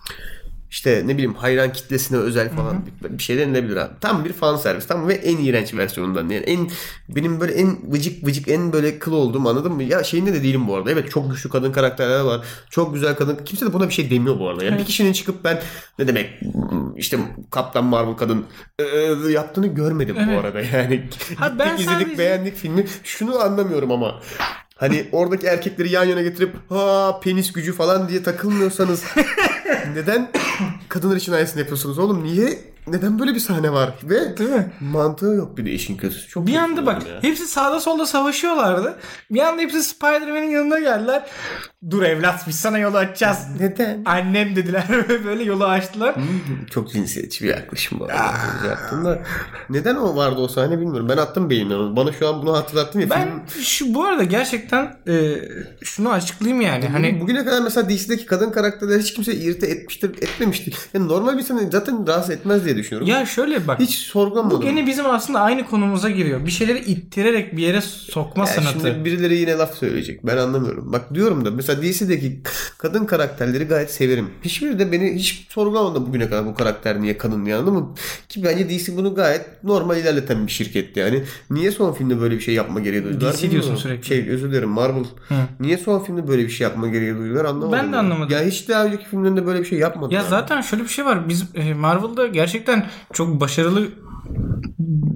S1: İşte ne bileyim hayran kitlesine özel falan Hı-hı. bir şey denilebilir abi. Tam bir fan servis tam ve en iğrenç versiyonundan yani en benim böyle en vıcık vıcık en böyle kıl olduğum anladın mı? Ya şeyinde de değilim bu arada. Evet çok güçlü kadın karakterler var. Çok güzel kadın. Kimse de buna bir şey demiyor bu arada. Yani evet. Bir kişinin çıkıp ben ne demek işte Kaptan Marvel kadın ıı, yaptığını görmedim evet. bu arada. Yani ha, ben izledik sadece... beğendik filmi. Şunu anlamıyorum ama hani oradaki erkekleri yan yana getirip ha penis gücü falan diye takılmıyorsanız neden kadınlar için aynısını yapıyorsunuz oğlum? Niye? Neden böyle bir sahne var? Ve değil mi? Mantığı yok bir de işin kötüsü. Çok
S2: bir anda bak ya. Hepsi sağda solda savaşıyorlardı. Bir anda hepsi Spider-Man'in yanına geldiler. Dur evlat biz sana yolu açacağız.
S1: Neden?
S2: Annem dediler böyle yolu açtılar.
S1: Hmm, çok cinsiyetçi bir yaklaşım var. da. Neden o vardı o sahne bilmiyorum. Ben attım beyimden. Bana şu an bunu hatırlattın ya.
S2: Ben
S1: film...
S2: şu bu arada gerçekten e, şunu açıklayayım yani. Bugün, hani
S1: bugüne kadar mesela D C'deki kadın karakterleri hiç kimse irite etmiştir, etmemiştir. Yani normal bir sene zaten rahatsız etmez diye düşünüyorum.
S2: Ya şöyle bak.
S1: Hiç sorgulamadım.
S2: Bu gene bizim aslında aynı konumuza giriyor. Bir şeyleri ittirerek bir yere sokma ya sanatı.
S1: Şimdi birileri yine laf söyleyecek. Ben anlamıyorum. Bak diyorum da mesela D C'deki kadın karakterleri gayet severim. Hiçbiri de beni hiç sorgulamadım bugüne kadar bu karakter niye kadın diye anladın mı? Ki bence D C bunu gayet normal ilerleten bir şirketti yani. Niye son filmde böyle bir şey yapma gereği duydular?
S2: D C diyorsun sürekli.
S1: Şey özür dilerim Marvel. Hı. Niye son filmde böyle bir şey yapma gereği duydular anlamadım.
S2: Ben de anlamadım.
S1: Ya hiç daha önceki filmlerinde böyle bir şey yapmadılar.
S2: Ya zaten şöyle bir şey var. Biz Marvel'da gerçekten çok başarılı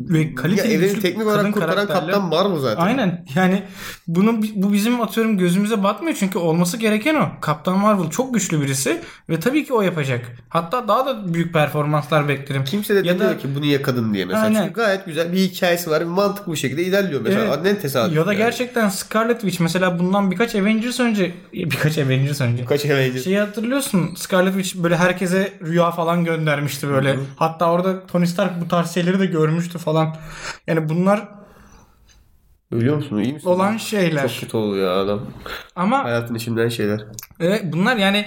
S2: ve kaliteli
S1: ya evreni
S2: güçlü
S1: teknik olarak
S2: kadın
S1: kurtaran
S2: karakterler.
S1: Kaptan Marvel zaten.
S2: Aynen. Yani bunu bu bizim atıyorum gözümüze batmıyor çünkü olması gereken o. Kaptan Marvel çok güçlü birisi ve tabii ki o yapacak. Hatta daha da büyük performanslar beklerim.
S1: Kimse de
S2: ya
S1: demiyor
S2: da,
S1: ki bu niye kadın diye mesela.
S2: Aynen.
S1: Çünkü gayet güzel bir hikayesi var. Bir mantıklı bir şekilde ilerliyor mesela.
S2: Evet.
S1: Ne tesadüf.
S2: Ya da
S1: yani.
S2: gerçekten Scarlet Witch mesela bundan birkaç Avengers önce birkaç Avengers önce.
S1: Kaç Avengers.
S2: Şeyi hatırlıyorsun. Scarlet Witch böyle herkese rüya falan göndermişti böyle. Hı-hı. Hatta orada Tony Stark bu tarz şeyleri de görmüştü falan. Yani bunlar
S1: ölüyor musun? İyi misin?
S2: Olan şeyler.
S1: Çok kötü oluyor adam.
S2: Ama
S1: hayatın içinden şeyler.
S2: Evet, bunlar yani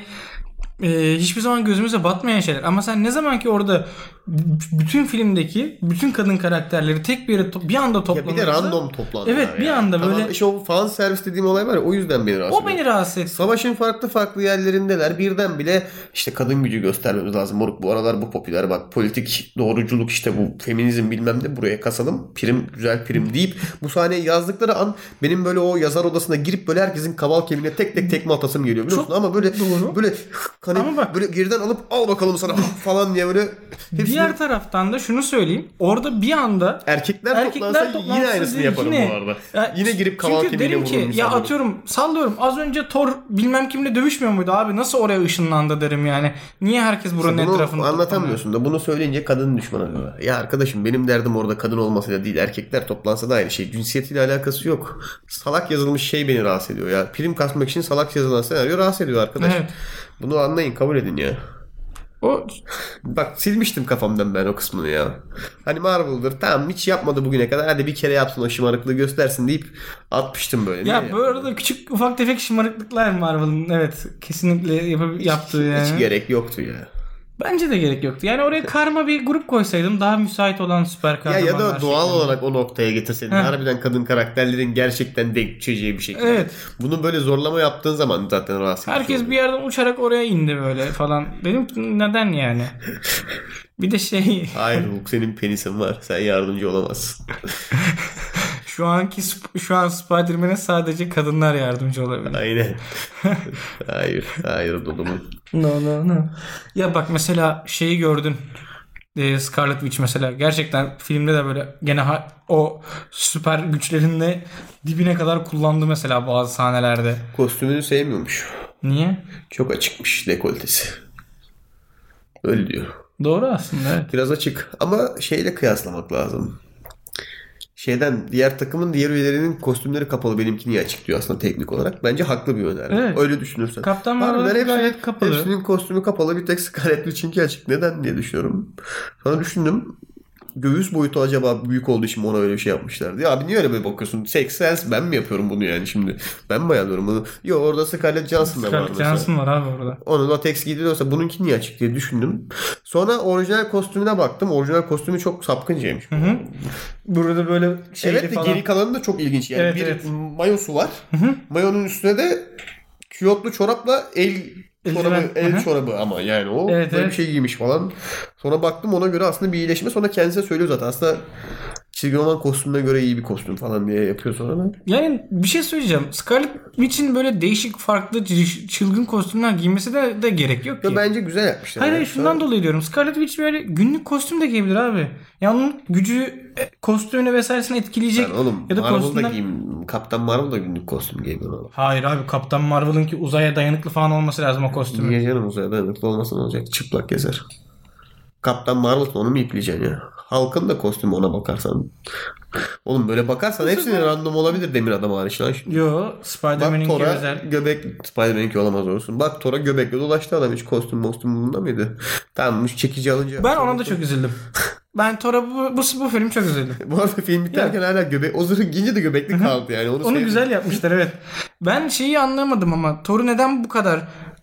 S2: e, hiçbir zaman gözümüze batmayan şeyler. Ama sen ne zaman ki orada bütün filmdeki bütün kadın karakterleri tek bir yere to- bir anda toplanırsa.
S1: Ya bir de random toplandılar.
S2: Evet bir
S1: yani.
S2: anda
S1: tamam,
S2: böyle.
S1: işte o fan servis dediğim olay var ya o yüzden beni rahatsız
S2: O beni rahatsız etti.
S1: Savaşın farklı farklı yerlerindeler. Birden bile işte kadın gücü göstermemiz lazım. Moruk bu aralar bu popüler bak politik doğruculuk işte bu feminizm bilmem ne buraya kasalım. Prim güzel prim deyip bu sahneyi yazdıkları an benim böyle o yazar odasına girip böyle herkesin kaval kemiğine tek tek tekme atasım geliyor biliyor musun? Ama böyle
S2: doğru.
S1: böyle hani
S2: Ama bak,
S1: böyle geriden alıp al bakalım sana falan diye böyle hepsini...
S2: Diğer taraftan da şunu söyleyeyim. Orada bir anda
S1: erkekler,
S2: erkekler
S1: toplansa yine aynısını yaparım
S2: yine,
S1: bu arada.
S2: Ya,
S1: yine girip kaval kemiğine vururum.
S2: Çünkü derim ki ya
S1: insanları.
S2: atıyorum sallıyorum az önce Thor bilmem kimle dövüşmüyor muydu abi nasıl oraya ışınlandı derim yani. Niye herkes buranın
S1: işte bunu
S2: etrafında
S1: anlatamıyorsun da bunu söyleyince kadın düşmanı diyorlar. Ya arkadaşım benim derdim orada kadın olmasıyla değil erkekler toplansa da aynı şey. Cinsiyetiyle alakası yok. Salak yazılmış şey beni rahatsız ediyor ya. Prim kasmak için salak yazılan senaryo rahatsız ediyor arkadaş.
S2: Evet.
S1: Bunu anlayın kabul edin ya.
S2: O
S1: bak silmiştim kafamdan ben o kısmını ya. Hani Marvel'dır tamam hiç yapmadı bugüne kadar hadi bir kere yapsın o şımarıklığı göstersin deyip atmıştım böyle.
S2: Ya bu arada küçük ufak tefek şımarıklıklar Marvel'ın evet kesinlikle yap- yaptığı yani.
S1: Hiç gerek yoktu ya.
S2: Bence de gerek yoktu. Yani oraya karma bir grup koysaydım daha müsait olan süper
S1: Ya
S2: kahramanlar.
S1: ya da doğal
S2: şeklinde.
S1: olarak o noktaya getirseydin. Harbiden kadın karakterlerin gerçekten denk düşeceği bir şekilde.
S2: Evet.
S1: Bunu böyle zorlama yaptığın zaman zaten rahatsız edici
S2: Herkes
S1: oluyor.
S2: bir yerden uçarak oraya indi böyle falan. Dedim ki, neden yani? Bir de şey
S1: Hayır Hulk senin penisin var. Sen yardımcı olamazsın.
S2: şu anki şu an Spider-Man'e sadece kadınlar yardımcı olabilir.
S1: Aynen. hayır. Hayır Dolumun.
S2: No no no. Ya bak mesela şeyi gördün. Ee, Scarlet Witch mesela. Gerçekten filmde de böyle gene ha- o süper güçlerini dibine kadar kullandı mesela bazı sahnelerde.
S1: Kostümünü sevmiyormuş.
S2: Niye?
S1: Çok açıkmış dekoltesi. Öyle diyor.
S2: Doğru aslında evet.
S1: Biraz açık ama şeyle kıyaslamak lazım. Şeyden diğer takımın diğer üyelerinin kostümleri kapalı benimki niye açık diyor aslında teknik olarak. Bence haklı bir önerme.
S2: Evet.
S1: Öyle düşünürsen.
S2: Kaptan Marvel'ın gayet kapalı.
S1: Hepsinin kostümü kapalı bir tek Scarlet Witch'inki açık. Neden diye düşünüyorum. Sonra düşündüm. Göğüs boyutu acaba büyük olduğu için ona öyle bir şey yapmışlardı. Ya abi niye öyle böyle bakıyorsun? Sex sense ben mi yapıyorum bunu yani şimdi? Ben mi ayarlıyorum bunu? Yok orada Scarlett Johansson da var
S2: Scarlett
S1: mesela.
S2: Johansson var abi orada.
S1: Onun latex giydiriyorsa bununki niye açık diye düşündüm. Sonra orijinal kostümüne baktım. Orijinal kostümü çok sapkıncaymış.
S2: Hı hı. Burada böyle şeyli
S1: Evet de
S2: falan.
S1: geri kalanı da çok ilginç. Yani
S2: Evet,
S1: bir
S2: evet.
S1: mayosu var.
S2: Hı hı.
S1: Mayonun üstüne de kiyotlu çorapla el çorabı,
S2: Eldiven.
S1: el
S2: Hı hı.
S1: çorabı ama yani o
S2: Evet,
S1: böyle
S2: evet.
S1: bir şey giymiş falan. Sonra baktım ona göre aslında bir iyileşme. Sonra kendisi söylüyor zaten. Aslında çizgi roman kostümüne göre iyi bir kostüm falan diye yapıyor sonra da.
S2: Yani bir şey söyleyeceğim. Scarlet Witch'in böyle değişik farklı ç- çılgın kostümler giymesi de, de gerek yok ki.
S1: Ya bence güzel yapmışlar.
S2: Hayır
S1: yani.
S2: hayır şundan
S1: Sonra-
S2: dolayı diyorum. Scarlet Witch böyle günlük kostüm de giyebilir abi. Yani onun gücü e, kostümünü vesairesini etkileyecek.
S1: Yani oğlum
S2: ya da
S1: Marvel'da
S2: kostümden...
S1: giyim. Kaptan Marvel da günlük kostüm giyiyor.
S2: Hayır abi Kaptan Marvel'ınki uzaya dayanıklı falan olması lazım o kostümün.
S1: Niye canım uzaya dayanıklı olmasa ne olacak? Çıplak gezer. Kaptan Marvel onu mu ipleyeceksin ya? Halkın da kostümü ona bakarsan. Oğlum böyle bakarsan hepsinin random olabilir Demir Adam hariç lan.
S2: Yo
S1: Bak
S2: Spider-Man'inki
S1: Thor'a
S2: özel.
S1: göbek Spider-Man'inki olamaz olsun. Bak Thor'a göbekle dolaştı adam hiç kostüm mostüm bunda mıydı? Tamam çekici alınca.
S2: Ben ona da çok üzüldüm. Ben Thor'a bu, bu, bu film çok üzüldüm.
S1: Bu arada film biterken hala göbek o zırhı giyince de göbekli kaldı yani. Onu,
S2: Onu
S1: sevdim.
S2: güzel yapmışlar evet. Ben şeyi anlamadım ama Thor'u neden bu kadar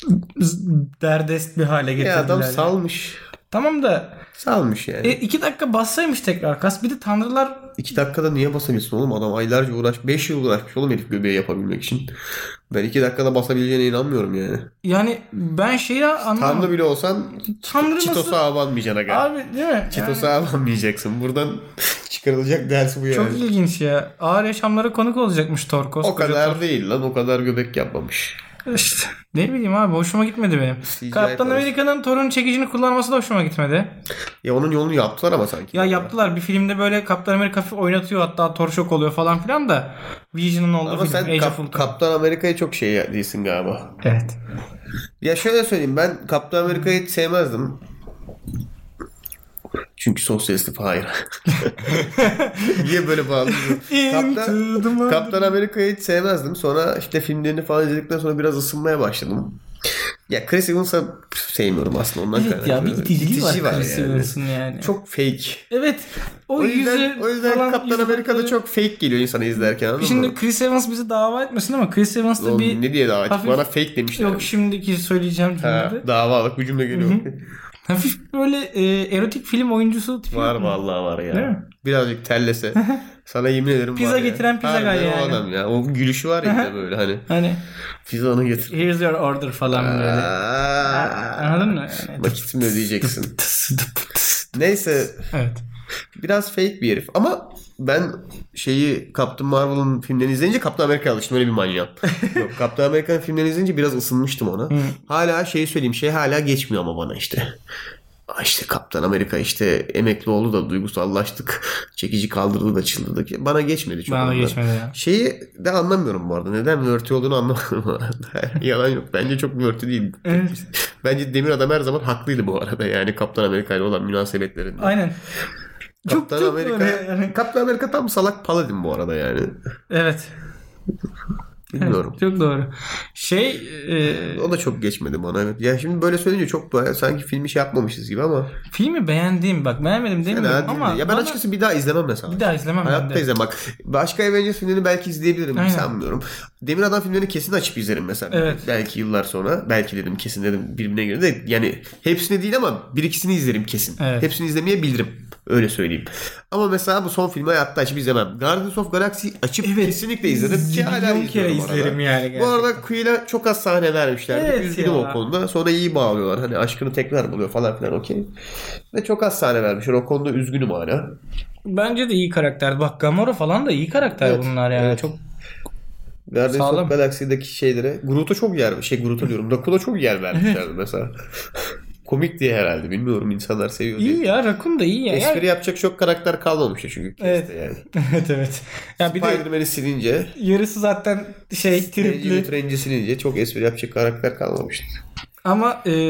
S2: z- derdest bir hale getirdiler?
S1: Ya adam
S2: yani?
S1: salmış.
S2: Tamam da
S1: Salmış yani.
S2: e, iki dakika bassaymış tekrar kas. Bir de tanrılar
S1: İki dakikada niye basabilsin oğlum? Adam aylarca uğraş. Beş yıl uğraşmış oğlum herif göbeği yapabilmek için. Ben iki dakikada basabileceğine inanmıyorum yani.
S2: yani ben şeyi anlamadım.
S1: Tanrı bile olsan
S2: Tanrı nasıl-
S1: Çitos'a abanmayacaksın aga.
S2: Abi değil mi?
S1: Çitos'a abanmayacaksın. Buradan çıkarılacak ders bu yani.
S2: Çok ilginç ya. Ağır yaşamlara konuk olacakmış Thor.
S1: O
S2: koskoca
S1: kadar
S2: Thor.
S1: değil lan. O kadar göbek yapmamış.
S2: İşte ne bileyim abi hoşuma gitmedi benim.
S1: C G I
S2: Kaptan
S1: parası.
S2: Amerika'nın Thor'un çekicini kullanması da hoşuma gitmedi.
S1: Ya onun yolunu yaptılar ama sanki.
S2: Ya yaptılar bir filmde böyle Kaptan Amerika hafif oynatıyor hatta Thor şok oluyor falan filan da Vision'ın olduğu
S1: Ama
S2: film.
S1: sen
S2: Age
S1: Kap-
S2: of Ultron.
S1: Kaptan Amerika'yı çok şey değilsin galiba.
S2: Evet.
S1: Ya şöyle söyleyeyim, ben Kaptan Amerika'yı hiç sevmezdim. Çünkü sosyalist hayır. Niye böyle bağlıyorsun? Kaptan, Kaptan Amerika'yı hiç sevmezdim. Sonra işte filmlerini falan izledikten sonra biraz ısınmaya başladım. Ya Chris Evans'ı sevmiyorum aslında ondan
S2: Evet ya bir iticiliği var,
S1: var
S2: Chris
S1: yani.
S2: Evans'ın yani.
S1: Çok fake.
S2: Evet. O,
S1: O yüzden,
S2: yüzü
S1: o yüzden
S2: falan,
S1: Kaptan
S2: yüzü
S1: Amerika'da
S2: falan-
S1: çok fake geliyor insana izlerken, anladın
S2: Şimdi
S1: mı?
S2: Chris Evans bizi dava etmesin ama Chris Evans da
S1: Oğlum,
S2: bir
S1: ne diye dava edecek?
S2: hafif-
S1: Bana fake demişler.
S2: yok şimdiki söyleyeceğim
S1: Ha,
S2: cümlede.
S1: davalık bir cümle geliyor.
S2: Hafif böyle e, erotik film oyuncusu tipi
S1: Var
S2: yok mu?
S1: vallahi var ya.
S2: Değil mi?
S1: Birazcık tellese. Sana yemin ederim
S2: Pizza
S1: var ya.
S2: getiren pizza
S1: Harbiden
S2: guy
S1: o
S2: yani.
S1: adam ya. O gülüşü var ya bir de böyle hani.
S2: Hani
S1: Pizza onu getir.
S2: here's your order falan böyle.
S1: Aa,
S2: Anladın mı? Yani.
S1: Nakitimi ödeyeceksin. Neyse.
S2: Evet.
S1: Biraz fake bir herif. Ama ben şeyi Captain Marvel'ın filmlerini izleyince Captain Amerika'ya alıştım. Öyle bir manyağım. Yok, Captain Amerika'nın filmlerini izleyince biraz ısınmıştım ona. Hala şeyi söyleyeyim. Şey hala geçmiyor ama bana işte. Aa işte Kaptan Amerika işte emekli oldu da duygusallaştık. Çekici kaldırdı da çıldırdık. Bana geçmedi çok.
S2: Bana da
S1: onlar.
S2: geçmedi ya.
S1: Şeyi de anlamıyorum bu arada. Neden Mörtü olduğunu anlamadım bu arada. Yalan yok. Bence çok Mörtü değil.
S2: Evet.
S1: Bence Demir Adam her zaman haklıydı bu arada. Yani Kaptan Amerika ile olan münasebetlerinde.
S2: Aynen.
S1: Kaptan
S2: çok çok
S1: Amerika,
S2: böyle yani.
S1: Kaptan Amerika tam salak paladin bu arada yani.
S2: Evet.
S1: Bilmiyorum.
S2: Çok doğru. Şey e,
S1: O da çok geçmedi bana, evet. Ya şimdi böyle söyleyince çok böyle sanki filmi şey yapmamışız gibi ama.
S2: filmi beğendiğim bak beğenmedim demiyorum
S1: Fena
S2: ama
S1: değildi. Ya ben
S2: bana-
S1: açıkçası bir daha izlemem mesela.
S2: bir daha izlemem ben
S1: Hayatta
S2: de.
S1: izlemem. Bak başka Avengers filmlerini belki izleyebilirim.
S2: Aynen.
S1: Sanmıyorum. Demir Adam filmlerini kesin açıp izlerim mesela.
S2: Evet.
S1: Belki yıllar sonra. Belki dedim kesin dedim birbirine göre de yani hepsini değil ama bir ikisini izlerim kesin.
S2: Evet.
S1: Hepsini izlemeyebilirim. Öyle söyleyeyim. Ama mesela bu son filmi hayatta açıp izlemem. Guardians of Galaxy açıp
S2: Evet.
S1: kesinlikle izlerim ki hala
S2: Zilyon kere
S1: izliyorum arada.
S2: izlerim yani
S1: Bu
S2: gerçekten.
S1: arada Quill'e çok az sahne vermişler.
S2: Evet
S1: Üzgünüm
S2: ya.
S1: o konuda. Sonra iyi bağlıyorlar. Hani aşkını tekrar buluyor falan filan, okey. Ve çok az sahne vermişler. O konuda üzgünüm hala.
S2: Bence de iyi karakter. Bak Gamora falan da iyi karakter
S1: Evet,
S2: bunlar yani.
S1: evet.
S2: Çok
S1: Guardians
S2: Sağlam.
S1: of Galaxy'deki şeylere Groot'a çok yer, şey Groot'a diyorum. Dakula çok yer vermişlerdi mesela. Komik diye herhalde. Bilmiyorum, insanlar seviyor diye.
S2: iyi ya. Rakun da iyi ya.
S1: Espri
S2: Yani-
S1: yapacak çok karakter kalmamıştı çünkü.
S2: Evet.
S1: Keste yani.
S2: evet evet. Ya bir de
S1: Spider-Man'i silince,
S2: yarısı zaten şey
S1: Strange'i
S2: tripli.
S1: Strange'i silince çok espri yapacak karakter kalmamıştı.
S2: Ama e,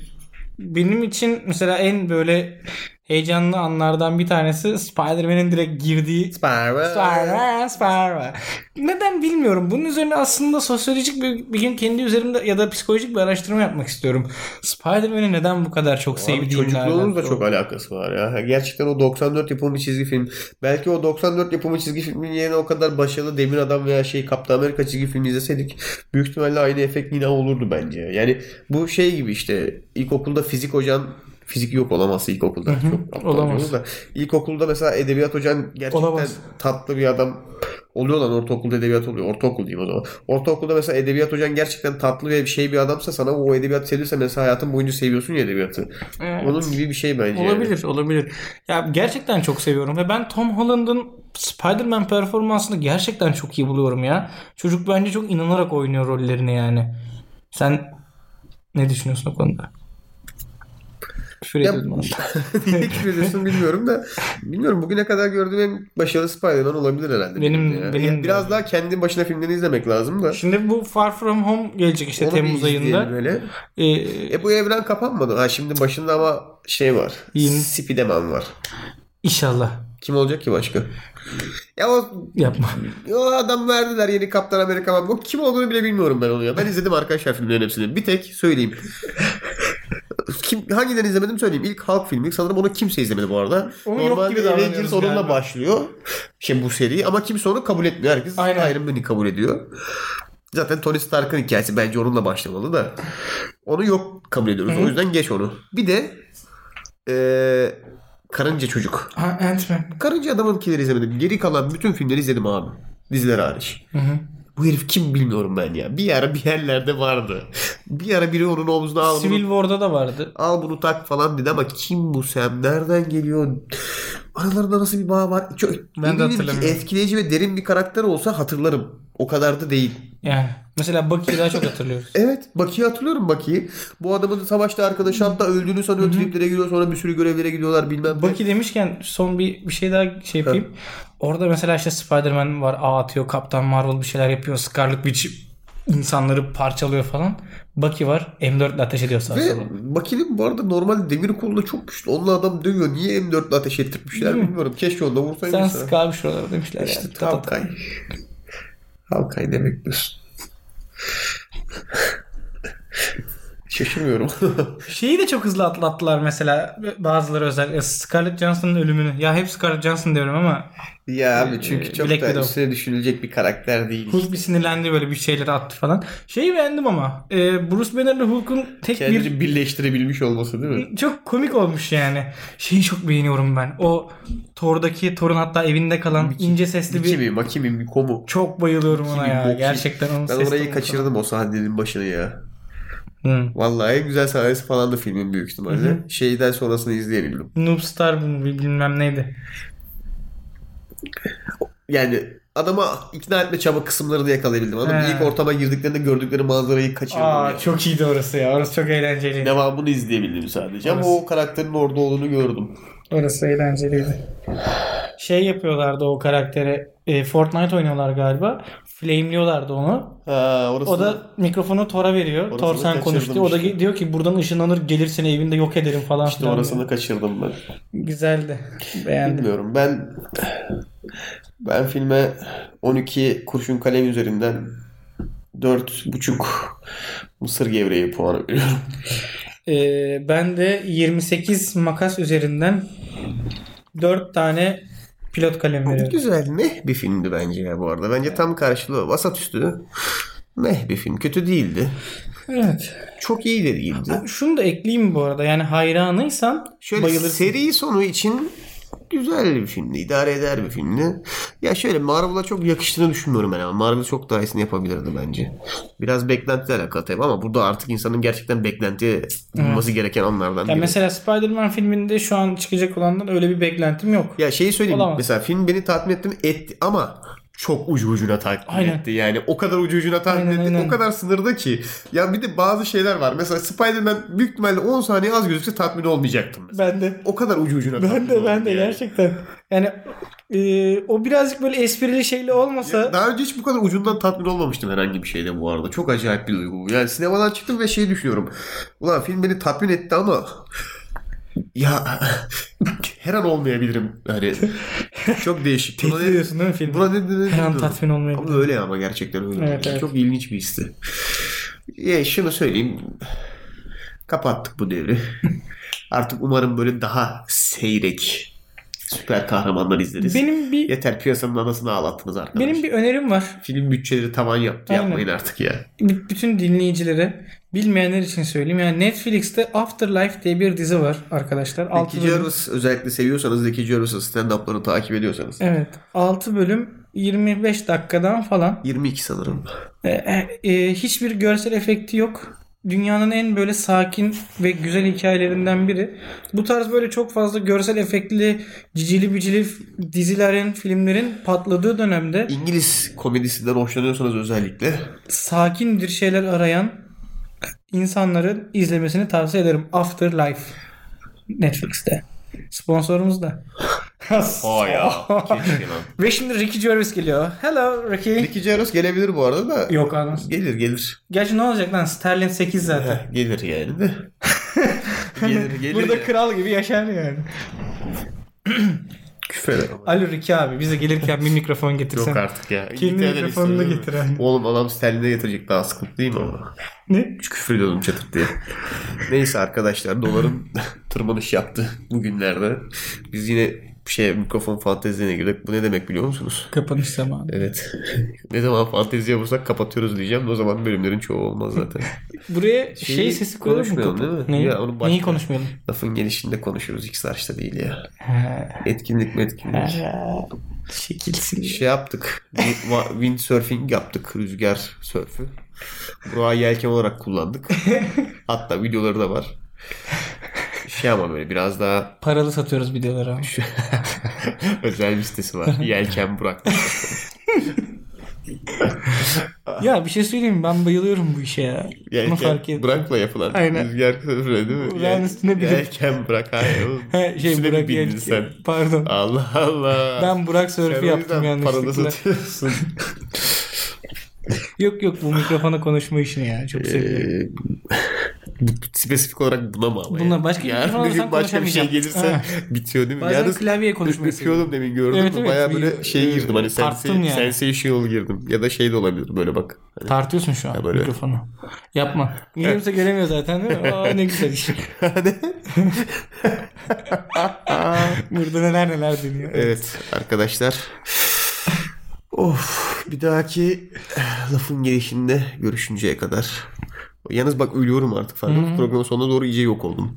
S2: benim için mesela en böyle heyecanlı anlardan bir tanesi Spider-Man'in direkt girdiği
S1: Spider-Man.
S2: Spider-Man, Spider-Man. Neden bilmiyorum. Bunun üzerine aslında sosyolojik bir, bir gün kendi üzerimde ya da psikolojik bir araştırma yapmak istiyorum. Spider-Man'i neden bu kadar çok
S1: Abi
S2: sevdiğimle
S1: çocukluğumuzla
S2: alakalı.
S1: çok alakası var ya. Gerçekten o doksan dört yapımı çizgi film. Belki o doksan dört yapımı çizgi filmin yerine o kadar başarılı Demir Adam veya şey Kaptan Amerika çizgi filmi izleseydik büyük ihtimalle aynı efekt yine olurdu bence. Yani bu şey gibi işte ilkokulda fizik hocan, fizik yok olamaz ilkokulda.
S2: Hı hı,
S1: Çok aptalca
S2: olamaz.
S1: olur da. İlkokulda mesela edebiyat hocan gerçekten
S2: Olamaz.
S1: tatlı bir adam oluyor lan, ortaokulda edebiyat oluyor. Ortaokul diyeyim o zaman. Ortaokulda mesela edebiyat hocan gerçekten tatlı ve bir şey bir adamsa sana o edebiyat seviyorsa mesela hayatın boyunca seviyorsun ya edebiyatı.
S2: Evet.
S1: Onun gibi bir şey bence.
S2: Olabilir,
S1: yani.
S2: olabilir. Ya gerçekten çok seviyorum ve ben Tom Holland'ın Spider-Man performansını gerçekten çok iyi buluyorum ya. Çocuk bence çok inanarak oynuyor rollerini yani. Sen ne düşünüyorsun o konuda? Küfür
S1: Ya-
S2: ediyordum ona.
S1: Niye küfür ediyorsun bilmiyorum da bilmiyorum, bugüne kadar gördüğüm en başarılı Spider-Man olabilir herhalde.
S2: Benim-
S1: ya.
S2: benim
S1: Yani
S2: de.
S1: biraz daha kendi başına filmlerini izlemek lazım da.
S2: Şimdi bu Far From Home gelecek işte
S1: Onu bir
S2: Temmuz
S1: izleyelim
S2: ayında.
S1: Böyle.
S2: Ee,
S1: E bu evren kapanmadı. Ha şimdi başında ama şey var.
S2: Yeni-
S1: Spider-Man var.
S2: İnşallah.
S1: Kim olacak ki başka? Ya o,
S2: Yapma.
S1: o adam verdiler yeni Kaptan Amerika var. O kim olduğunu bile bilmiyorum ben onu ya. Ben izledim arkadaşlar filmlerin hepsini. Bir tek söyleyeyim. Kim, hangilerini izlemedim söyleyeyim. İlk Hulk filmi. Sanırım onu kimse izlemedi bu arada.
S2: Onu yok
S1: Normalde
S2: gibi davranıyoruz
S1: Avengers onunla
S2: galiba.
S1: başlıyor. Şey bu seri ama kimse onu kabul etmiyor. Herkes
S2: Aynen.
S1: Iron Man'i kabul ediyor. Zaten Tony Stark'ın hikayesi bence onunla başlamalı da. Onu yok kabul ediyoruz.
S2: Hı-hı.
S1: O yüzden geç onu. Bir de eee Karınca Çocuk.
S2: Ha, Ant-Man.
S1: Karınca Adam'ınkileri izlemedim. Geri kalan bütün filmleri izledim abi. Diziler hariç.
S2: Hı hı.
S1: Bu herif kim bilmiyorum ben ya. Bir ara bir yerlerde vardı. Bir ara biri onun omzuna al
S2: Civil
S1: bunu,
S2: War'da da vardı.
S1: al bunu tak falan dedi ama kim bu Sam? Nereden geliyor? Aralarında nasıl bir bağ var? Çok,
S2: Ben de
S1: eminim ki
S2: hatırlamıyorum.
S1: etkileyici ve derin bir karakter olsa hatırlarım. O kadar da değil.
S2: Yani Mesela Bucky'yi daha çok hatırlıyoruz.
S1: Evet. Bucky'yi hatırlıyorum Bucky'yi. Bu adamın savaşta arkadaşı hatta öldüğünü sanıyor. Triplere gidiyor. Sonra bir sürü görevlere gidiyorlar bilmem ne.
S2: Bucky demişken son bir, bir şey daha şey yapayım. Orada mesela işte Spider-Man var. Ağ atıyor. Kaptan Marvel bir şeyler yapıyor. Scarlet Witch insanları parçalıyor falan. Bucky var. M dört ile ateş ediyor sağa
S1: Ve
S2: sola.
S1: Bucky'nin bu arada normal demir kolunda çok güçlü. Onunla adam dövüyor. Niye M dört ile ateş ettirmişler bilmiyorum. Keşke onda vursaymış.
S2: Sen
S1: sana.
S2: sık abi şuraları demişler.
S1: İşte
S2: yani.
S1: Hawkeye. Hawkeye ne bekliyorsun? Şaşırmıyorum.
S2: Şeyi de çok hızlı atlattılar mesela bazıları özellikle Scarlett Johansson'ın ölümünü. Ya hep Scarlett Johansson diyorum ama
S1: Ya abi çünkü çok
S2: Black
S1: da
S2: Widow.
S1: üstüne düşünülecek bir karakter değil.
S2: Hulk bir sinirlendi böyle bir şeyleri attı falan. Şeyi beğendim ama e, Bruce Banner'la Hulk'un tek
S1: Kendini
S2: bir
S1: birleştirebilmiş olması değil mi?
S2: çok komik olmuş yani. Şeyi çok beğeniyorum ben. O Thor'daki Thor'un hatta evinde kalan
S1: Miki,
S2: ince sesli
S1: Miki
S2: bir
S1: mi? Maki mi? Miko mu?
S2: çok bayılıyorum ona
S1: Miki mi?
S2: ya.
S1: Moki.
S2: Gerçekten onun
S1: Ben
S2: ses
S1: orayı
S2: tonunu
S1: kaçırdım o sahnenin başını ya.
S2: falan.
S1: Vallahi en güzel sahnesi falan da filmin büyük ihtimalle.
S2: Hı hı.
S1: Şeyden sonrasını izleyebildim.
S2: Noob Star mı bilmem neydi.
S1: Yani adama ikna etme çaba kısımlarını yakalayabildim. Adam
S2: He.
S1: ilk ortama girdiklerinde gördükleri manzarayı kaçırdım.
S2: Aa
S1: ya.
S2: çok iyiydi orası ya. Orası çok eğlenceliydi.
S1: Devamını izleyebildim sadece.
S2: Orası.
S1: Ama o karakterin orada olduğunu gördüm.
S2: Orası eğlenceliydi. Şey yapıyorlardı o karaktere. E, Fortnite oynuyorlar galiba. Flameliyorlardı onu.
S1: Ha, orası
S2: O da mikrofonu Thor'a veriyor.
S1: Orasını
S2: Thor sen konuş
S1: kaçırdım
S2: diyor. O da
S1: işte.
S2: diyor ki buradan ışınlanır gelir seni evinde yok ederim falan
S1: işte
S2: filan.
S1: orasını
S2: diyor.
S1: kaçırdım ben.
S2: Güzeldi. Beğendim.
S1: Bilmiyorum. Ben ben filme on iki kurşun kalem üzerinden dört buçuk mısır gevreği puanı veriyorum.
S2: Ee, ben de yirmi sekiz makas üzerinden dört tane pilot kalem veriyorum.
S1: Güzel. Meh bir filmdi bence ya bu arada. Bence tam karşılığı. Vasat üstü. Meh bir film. Kötü değildi.
S2: Evet.
S1: Çok iyi de değildi.
S2: Şunu da ekleyeyim bu arada. Yani hayranıysan
S1: Şöyle
S2: bayılırsın.
S1: seri sonu için güzel bir filmdi. İdare eder bir filmdi. Ya şöyle Marvel'a çok yakıştığını düşünmüyorum ben ama Marvel çok daha iyisini yapabilirdi bence. Biraz beklentiyle alakalı tabii ama burada artık insanın gerçekten beklentiye bulması gereken anlardan
S2: Ya
S1: biri.
S2: mesela Spider-Man filminde şu an çıkacak olandan öyle bir beklentim yok.
S1: Ya şeyi söyleyeyim.
S2: Olamaz.
S1: Mesela film beni tatmin etti mi? Etti ama çok ucu ucuna tatmin
S2: Aynen.
S1: etti. Yani o kadar ucu ucuna tatmin
S2: Aynen,
S1: etti.
S2: aynen.
S1: O kadar sınırda ki. Ya bir de bazı şeyler var. Mesela Spider-Man büyük ihtimalle on saniye az gözükse tatmin olmayacaktım. Mesela.
S2: Ben de.
S1: O kadar ucu ucuna
S2: Ben
S1: tatmin
S2: de ben
S1: oldum
S2: de
S1: yani.
S2: gerçekten. Yani e, o birazcık böyle esprili şeyle olmasa
S1: Daha önce hiç bu kadar ucundan tatmin olmamıştım herhangi bir şeyde bu arada. Çok acayip bir duygu bu. Yani sinemadan çıktım ve şey düşünüyorum. Ulan film beni tatmin etti ama ya her an olmayabilirim. Yani çok değişik. Buna
S2: tehdit
S1: ne,
S2: ediyorsun değil mi filmi?
S1: buna ne, ne, ne
S2: Her an
S1: bilmiyorum.
S2: tatmin olmayabilir.
S1: Ama öyle ama gerçekten öyle.
S2: Evet, evet.
S1: Çok ilginç bir histi. Ya şunu söyleyeyim. Kapattık bu devri. Artık umarım böyle daha seyrek süper kahramanlar izleriz.
S2: Benim bir
S1: Yeter piyasanın anasını ağlattınız arkadaşlar.
S2: benim bir önerim var.
S1: Film bütçeleri tavan yaptı.
S2: Aynen.
S1: Yapmayın artık ya.
S2: B- bütün dinleyicilere, bilmeyenler için söyleyeyim. Yani Netflix'te Afterlife diye bir dizi var arkadaşlar. altı
S1: Zeki
S2: bölüm.
S1: Jarvis özellikle seviyorsanız Zeki Jarvis'ın stand-up'larını takip ediyorsanız.
S2: Evet. altı bölüm yirmi beş dakikadan falan.
S1: yirmi iki sanırım.
S2: E, e, e, hiçbir görsel efekti yok. Dünyanın en böyle sakin ve güzel hikayelerinden biri. Bu tarz böyle çok fazla görsel efektli, cicili bicili dizilerin, filmlerin patladığı dönemde
S1: İngiliz komedisinden hoşlanıyorsanız özellikle
S2: sakin bir şeyler arayan insanların izlemesini tavsiye ederim. Afterlife. Netflix'te. Sponsorumuz da.
S1: o ya. Keşke lan.
S2: Ve şimdi Ricky Gervais geliyor. Hello Ricky.
S1: Zeki Jarvis gelebilir bu arada da.
S2: Yok anasını.
S1: Gelir gelir.
S2: Gerçi ne olacak lan? Sterling sekiz zaten.
S1: Heh, gelir yani de. gelir gelir.
S2: Burada
S1: ya.
S2: kral gibi yaşar yani.
S1: Küfür eder ama.
S2: Alo Ricky abi bize gelirken bir mikrofon getirsen.
S1: Yok artık ya.
S2: Kendi
S1: İngiltere'den
S2: mikrofonunu
S1: istiyorum.
S2: getir abi.
S1: Oğlum adam Sterling'e getirecek daha sıkıntı değil mi ama?
S2: Ne?
S1: Hiç küfür ediyordum çatırt diye. Neyse arkadaşlar doların tırmanış yaptı bugünlerde. Biz yine şey mikrofon fantezilerine girdik. Bu ne demek biliyor musunuz?
S2: Kapanış zamanı.
S1: Evet. Ne zaman fantezi yapırsak kapatıyoruz diyeceğim. O zaman bölümlerin çoğu olmaz zaten.
S2: Buraya şey
S1: Şeyi
S2: sesi koyalım mı?
S1: konuşmayalım,
S2: Kapı?
S1: değil mi?
S2: Neyi?
S1: Ya onu başka-
S2: Neyi konuşmayalım?
S1: Lafın gelişinde konuşuruz. X-Large'da değil ya.
S2: He.
S1: Etkinlik mi etkinlik?
S2: Şekilsin.
S1: Şey yaptık. wi- Windsurfing yaptık. Rüzgar sörfü. Burak'ı yelken olarak kullandık. Hatta videoları da var. Şey ama böyle biraz daha
S2: Paralı satıyoruz videoları ama.
S1: özel bir sitesi var. Yelken Burak.
S2: Ya bir şey söyleyeyim mi? Ben bayılıyorum bu işe ya.
S1: Yelken,
S2: Bunu fark ettim.
S1: Burak'la yapılan.
S2: Aynen.
S1: Rüzgar kılıfı değil mi?
S2: Burak'ın
S1: Yel-
S2: üstüne binip-
S1: Yelken Burak. Hayır oğlum.
S2: He, şey
S1: Üstüne mi
S2: Burak
S1: bindin
S2: Yelken.
S1: sen?
S2: Pardon.
S1: Allah Allah.
S2: Ben Burak
S1: Sen
S2: sörfü
S1: o
S2: yaptım
S1: yüzden paranı
S2: yanlışlıkla.
S1: satıyorsun.
S2: Yok yok bu mikrofona konuşma işini ya. Çok seviyorum.
S1: Ee, spesifik olarak buna mı ama?
S2: Bununla
S1: yani?
S2: başka bir
S1: Yarın
S2: mikrofon
S1: bir gün
S2: alsam
S1: başka bir şey
S2: konuşamayacağım.
S1: gelirse bitiyor değil mi?
S2: Bazen
S1: Yalnız
S2: klavyeye konuşmayı
S1: öpüyordum demin gördün
S2: Evet,
S1: mü?
S2: evet.
S1: Baya
S2: Bir-
S1: böyle şey girdim hani
S2: tarttın
S1: sensi,
S2: yani.
S1: sensational girdim. Ya da şey de olabilir böyle bak. Hani,
S2: Tartıyorsun şu an
S1: Ya böyle.
S2: mikrofonu. Yapma. Kimse göremiyor zaten değil mi? Aa, ne güzel iş. Burada neler neler dönüyor.
S1: evet arkadaşlar. Of, bir dahaki lafın gelişinde görüşünceye kadar. Yalnız bak ölüyorum artık falan. Programın sonuna doğru iyice yok oldum.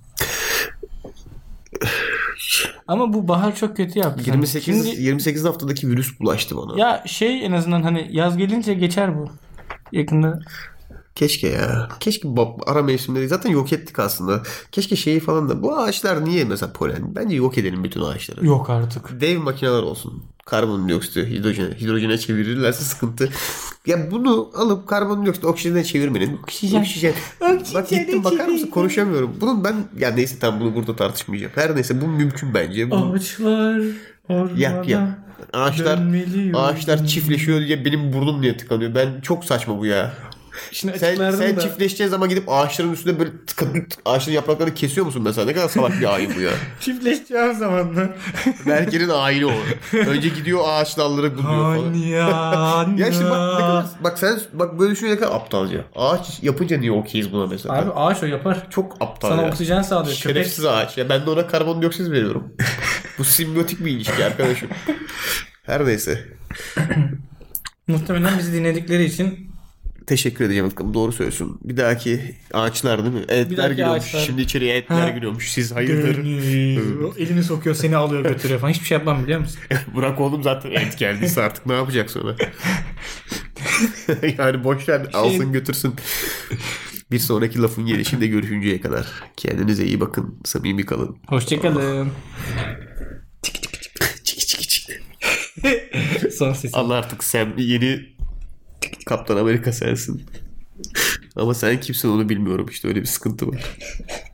S2: Ama bu bahar çok kötü yaptı.
S1: yirmi sekiz
S2: Şimdi,
S1: yirmi sekiz haftadaki virüs bulaştı bana.
S2: ya şey en azından hani yaz gelince geçer bu. Yakında.
S1: Keşke ya. Keşke bab- ara mevsimleri zaten yok ettik aslında. Keşke şeyi falan da. Bu ağaçlar niye mesela polen? Bence yok edelim bütün ağaçları.
S2: Yok artık.
S1: Dev makineler olsun. Karbondioksiti hidrojene, hidrojene çevirirlerse sıkıntı. Ya bunu alıp karbondioksiti oksijene çevirmenin.
S2: Oksijen.
S1: Oksijen. Bak gittim bakar mısın konuşamıyorum. Bunun ben ya neyse tam bunu burada tartışmayacağım. Her neyse bu mümkün bence. Bu,
S2: Ağaçlar ormana
S1: yap yap. Ağaçlar
S2: dönmeli
S1: ağaçlar
S2: yolum.
S1: çiftleşiyor diye benim burnum niye tıkanıyor? Ben çok saçma bu ya.
S2: Şimdi
S1: Sen,
S2: açıklardım
S1: sen
S2: da.
S1: çiftleşeceğin zaman gidip ağaçların üstüne böyle tık tık tık ağaçların yapraklarını kesiyor musun mesela? Ne kadar salak bir ayin bu ya.
S2: Çiftleşeceğim zaman da.
S1: Berker'in ayini o. Önce gidiyor ağaç dalları buluyor falan.
S2: Anya,
S1: Ya işte bak ne kadar, bak sen bak böyle düşünce ne kadar aptalca. Ağaç yapınca niye okeyiz buna mesela?
S2: Abi ağaç o yapar.
S1: Çok aptal
S2: Sana
S1: ya.
S2: oksijen sağlıyor.
S1: Şerefsiz ağaç. Ya ben de ona karbondioksit veriyorum. Bu simbiyotik bir ilişki arkadaşım. Her neyse.
S2: Muhtemelen bizi dinledikleri için
S1: Teşekkür edeceğim. Doğru söylüyorsun. Bir dahaki ağaçlar değil mi? Etler
S2: dahaki
S1: giriyormuş.
S2: ağaçlar.
S1: Şimdi içeriye etler
S2: Ha.
S1: giriyormuş. Siz hayırdır?
S2: O elini sokuyor seni alıyor götürüyor falan. Hiçbir şey yapmam biliyor musun?
S1: Bırak oğlum zaten et geldiyse artık ne yapacak sonra? Yani boş ver alsın götürsün. Bir sonraki lafın gelişinde görüşünceye kadar. Kendinize iyi bakın. Samimi kalın.
S2: Hoşçakalın.
S1: Çiki çiki çiki.
S2: Son sesi.
S1: Allah artık sen yeni Kaptan Amerika sensin. Ama sen kimsin onu bilmiyorum işte öyle bir sıkıntı var.